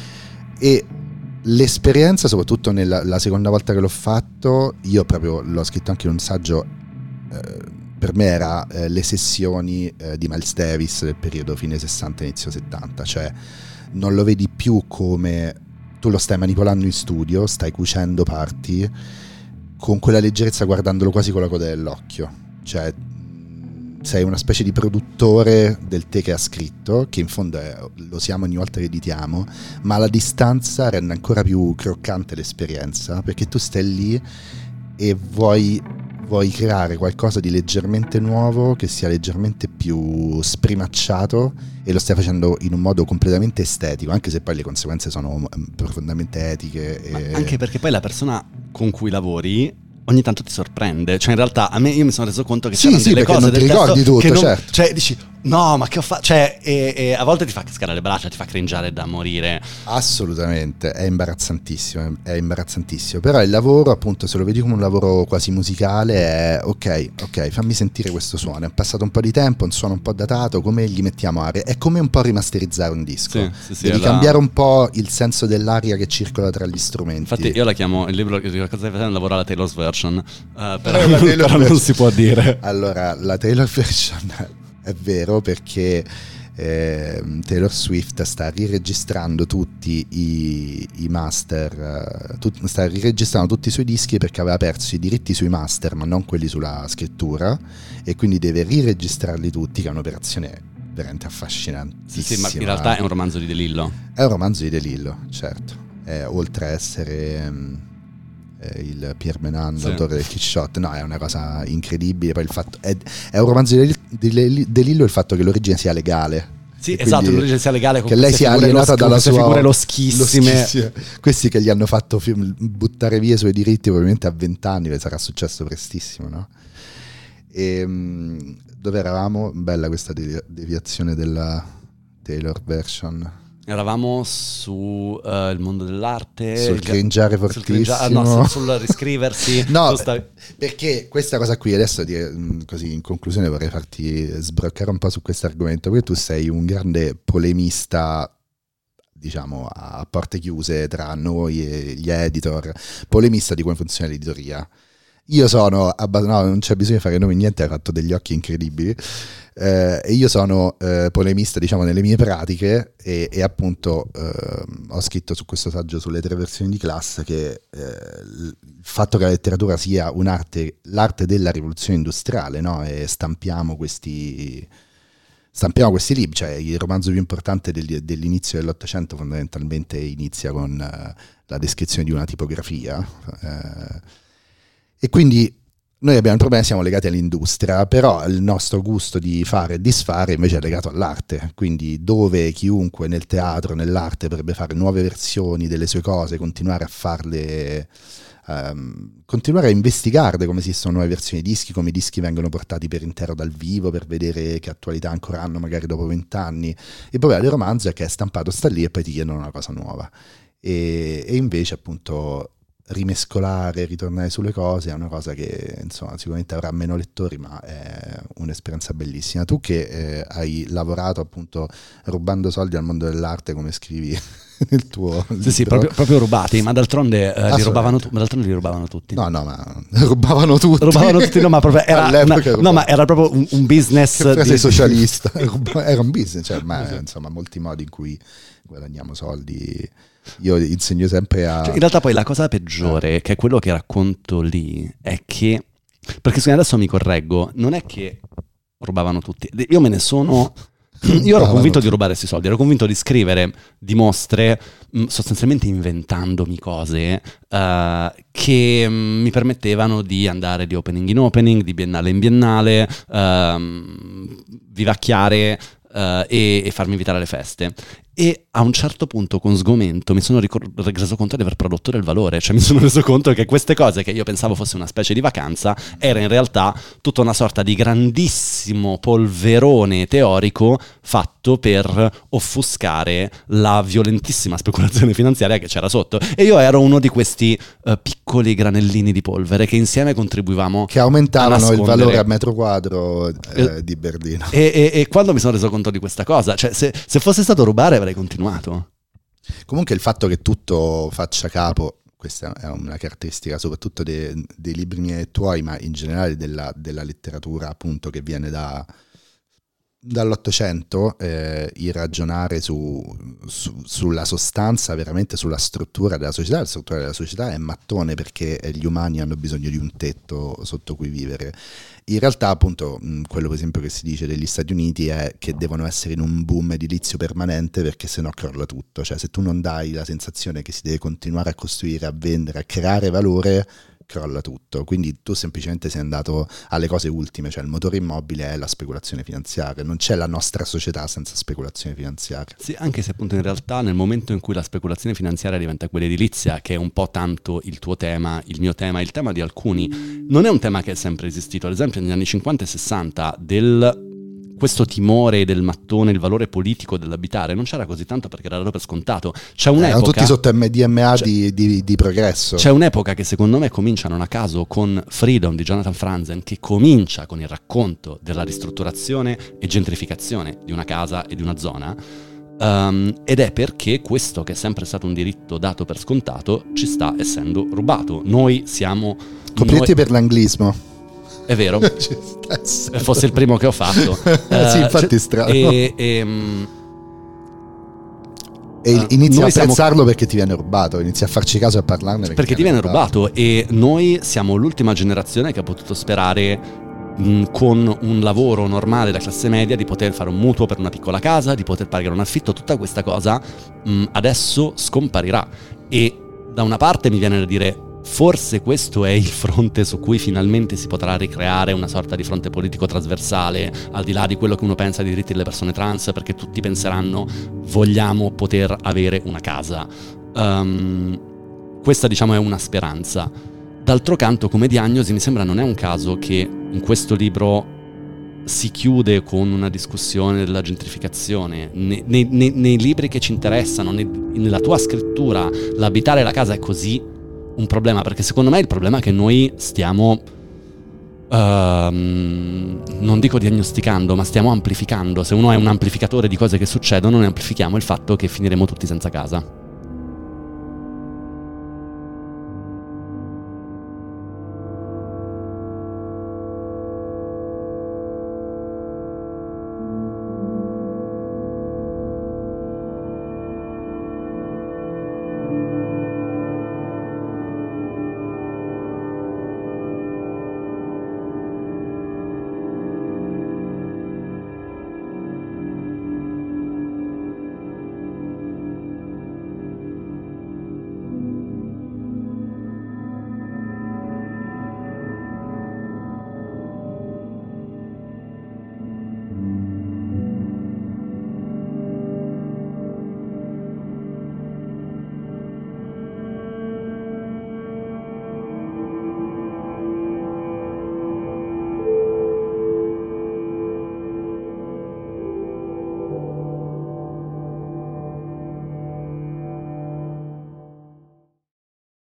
E l'esperienza, soprattutto nella la seconda volta che l'ho fatto, io proprio l'ho scritto anche in un saggio, eh, per me era eh, le sessioni eh, di Miles Davis del periodo fine sessanta inizio settanta, cioè non lo vedi più come tu lo stai manipolando in studio, stai cucendo parti con quella leggerezza, guardandolo quasi con la coda dell'occhio, cioè sei una specie di produttore del te che ha scritto, che in fondo è, lo siamo ogni volta che editiamo, ma la distanza rende ancora più croccante l'esperienza, perché tu stai lì e vuoi, vuoi creare qualcosa di leggermente nuovo, che sia leggermente più sprimacciato, e lo stai facendo in un modo completamente estetico, anche se poi le conseguenze sono profondamente etiche. E... anche perché poi la persona con cui lavori ogni tanto ti sorprende, cioè in realtà a me, io mi sono reso conto che sì, c'erano sì, delle cose non del ti ricordi testo tutto, che non, certo. Cioè dici no ma che ho fatto, cioè e, e a volte ti fa cascare le braccia, ti fa cringiare da morire. Assolutamente, è imbarazzantissimo, è imbarazzantissimo. Però il lavoro, appunto, se lo vedi come un lavoro quasi musicale, è ok, ok, fammi sentire questo suono, è passato un po' di tempo, un suono un po' datato, come gli mettiamo aria? È come un po' rimasterizzare un disco, sì, sì, sì, devi la... cambiare un po' il senso dell'aria che circola tra gli strumenti. Infatti io la chiamo, il libro che cosa stai facendo, lavoro alla Taylor's version, uh, però, la Taylor però version. Non si può dire. Allora, la Taylor version è vero, perché eh, Taylor Swift sta riregistrando tutti i, i master, uh, tut, sta riregistrando tutti i suoi dischi, perché aveva perso i diritti sui master ma non quelli sulla scrittura, e quindi deve riregistrarli tutti, che è un'operazione veramente affascinantissima. Sì, sì, ma in realtà è un romanzo di De Lillo. È un romanzo di De Lillo, certo. È, oltre a essere um, il Pierre Menand, sì, l'autore del Quixote, no, è una cosa incredibile. Poi il fatto è, è un romanzo di De Lillo, il fatto che l'origine sia legale. Sì, esatto, l'origine sia legale, con che lei sia alienata dalla sua figure loschissime. loschissime. Questi che gli hanno fatto film, buttare via i suoi diritti probabilmente a vent'anni, che sarà successo prestissimo, no? E dove eravamo? Bella questa deviazione della Taylor version. Eravamo su uh, il mondo dell'arte, sul cringiare fortissimo, sul, cringia- no, sul, sul riscriversi. No, stavi... perché questa cosa qui adesso, così in conclusione, vorrei farti sbroccare un po' su questo argomento, perché tu sei un grande polemista, diciamo a porte chiuse tra noi e gli editor, polemista di come funziona l'editoria. Io sono abbas- no, non c'è bisogno di fare nomi, niente, hai fatto degli occhi incredibili, eh, e io sono eh, polemista, diciamo, nelle mie pratiche, e, e appunto eh, ho scritto su questo saggio sulle tre versioni di Class che eh, il fatto che la letteratura sia un'arte, l'arte della rivoluzione industriale, no? E stampiamo questi stampiamo questi libri, cioè il romanzo più importante del, dell'inizio dell'Ottocento fondamentalmente inizia con uh, la descrizione di una tipografia, uh, e quindi Noi abbiamo il problema, siamo legati all'industria, però il nostro gusto di fare e disfare invece è legato all'arte, quindi dove chiunque nel teatro, nell'arte potrebbe fare nuove versioni delle sue cose, continuare a farle, um, continuare a investigarle come esistono nuove versioni di dischi, come i dischi vengono portati per intero dal vivo per vedere che attualità ancora hanno magari dopo vent'anni. Il problema del romanzo è che è stampato, sta lì e poi ti chiedono una cosa nuova e, e invece appunto rimescolare, ritornare sulle cose è una cosa che insomma sicuramente avrà meno lettori, ma è un'esperienza bellissima. Tu che eh, hai lavorato appunto rubando soldi al mondo dell'arte, come scrivi nel tuo sì, sì, proprio, proprio rubati, ma d'altronde eh, li rubavano tu- ma d'altronde li rubavano tutti. No, no, ma rubavano tutti. Rubavano tutti, no, ma proprio era una, no, ma era proprio un, un business che frase di... socialista. Era un business, cioè, ma sì. Insomma, molti modi in cui guadagniamo soldi. Io insegno sempre a... Cioè, in realtà poi la cosa peggiore, che è quello che racconto lì, è che, perché adesso mi correggo, non è che rubavano tutti, io me ne sono... Io ero convinto di rubare questi soldi, ero convinto di scrivere di mostre mh, sostanzialmente inventandomi cose uh, che mh, mi permettevano di andare di opening in opening, di biennale in biennale, uh, vivacchiare uh, e, e farmi invitare alle feste. E a un certo punto, con sgomento, mi sono ricor- reso conto di aver prodotto del valore, cioè mi sono reso conto che queste cose che io pensavo fosse una specie di vacanza era in realtà tutta una sorta di grandissimo polverone teorico fatto per offuscare la violentissima speculazione finanziaria che c'era sotto. E io ero uno di questi uh, piccoli granellini di polvere che insieme contribuivamo che aumentavano a il valore a metro quadro eh, eh, di Berlino. E, e, e quando mi sono reso conto di questa cosa, cioè se, se fosse stato rubare avrei continuato. Comunque il fatto che tutto faccia capo, questa è una caratteristica soprattutto dei, dei libri miei e tuoi, ma in generale della, della letteratura appunto che viene da, dall'Ottocento, eh, il ragionare su, su, sulla sostanza, veramente sulla struttura della società. La struttura della società è mattone perché gli umani hanno bisogno di un tetto sotto cui vivere. In realtà appunto quello per esempio che si dice degli Stati Uniti è che devono essere in un boom edilizio permanente perché sennò crolla tutto, cioè se tu non dai la sensazione che si deve continuare a costruire, a vendere, a creare valore, crolla tutto. Quindi tu semplicemente sei andato alle cose ultime, cioè il motore immobile è la speculazione finanziaria, non c'è la nostra società senza speculazione finanziaria. Sì, anche se appunto in realtà nel momento in cui la speculazione finanziaria diventa quella edilizia, che è un po' tanto il tuo tema, il mio tema, il tema di alcuni, non è un tema che è sempre esistito. Ad esempio negli anni cinquanta e sessanta del questo timore del mattone, il valore politico dell'abitare non c'era così tanto perché era dato per scontato. C'è un'epoca, erano tutti sotto M D M A c'è, di, di, di progresso. C'è un'epoca che secondo me comincia non a caso con Freedom di Jonathan Franzen, che comincia con il racconto della ristrutturazione e gentrificazione di una casa e di una zona, um, ed è perché questo, che è sempre stato un diritto dato per scontato, ci sta essendo rubato. Noi siamo... Complimenti noi... per l'anglismo. È vero, fosse il primo che ho fatto. uh, sì, infatti è strano. E, e, e uh, inizi a apprezzarlo siamo... perché ti viene rubato, inizi a farci caso e a parlarne perché, perché ti viene rubato. rubato. E noi siamo l'ultima generazione che ha potuto sperare mh, con un lavoro normale da classe media di poter fare un mutuo per una piccola casa, di poter pagare un affitto. Tutta questa cosa mh, adesso scomparirà. E da una parte mi viene da dire: forse questo è il fronte su cui finalmente si potrà ricreare una sorta di fronte politico trasversale, al di là di quello che uno pensa dei diritti delle persone trans, perché tutti penseranno vogliamo poter avere una casa. Um, questa diciamo è una speranza. D'altro canto, come diagnosi mi sembra non è un caso che in questo libro si chiude con una discussione della gentrificazione. Nei, nei, nei, nei libri che ci interessano, nei, nella tua scrittura, l'abitare la casa è così un problema, perché secondo me il problema è che noi stiamo uh, non dico diagnosticando, ma stiamo amplificando. Se uno è un amplificatore di cose che succedono, noi amplifichiamo il fatto che finiremo tutti senza casa.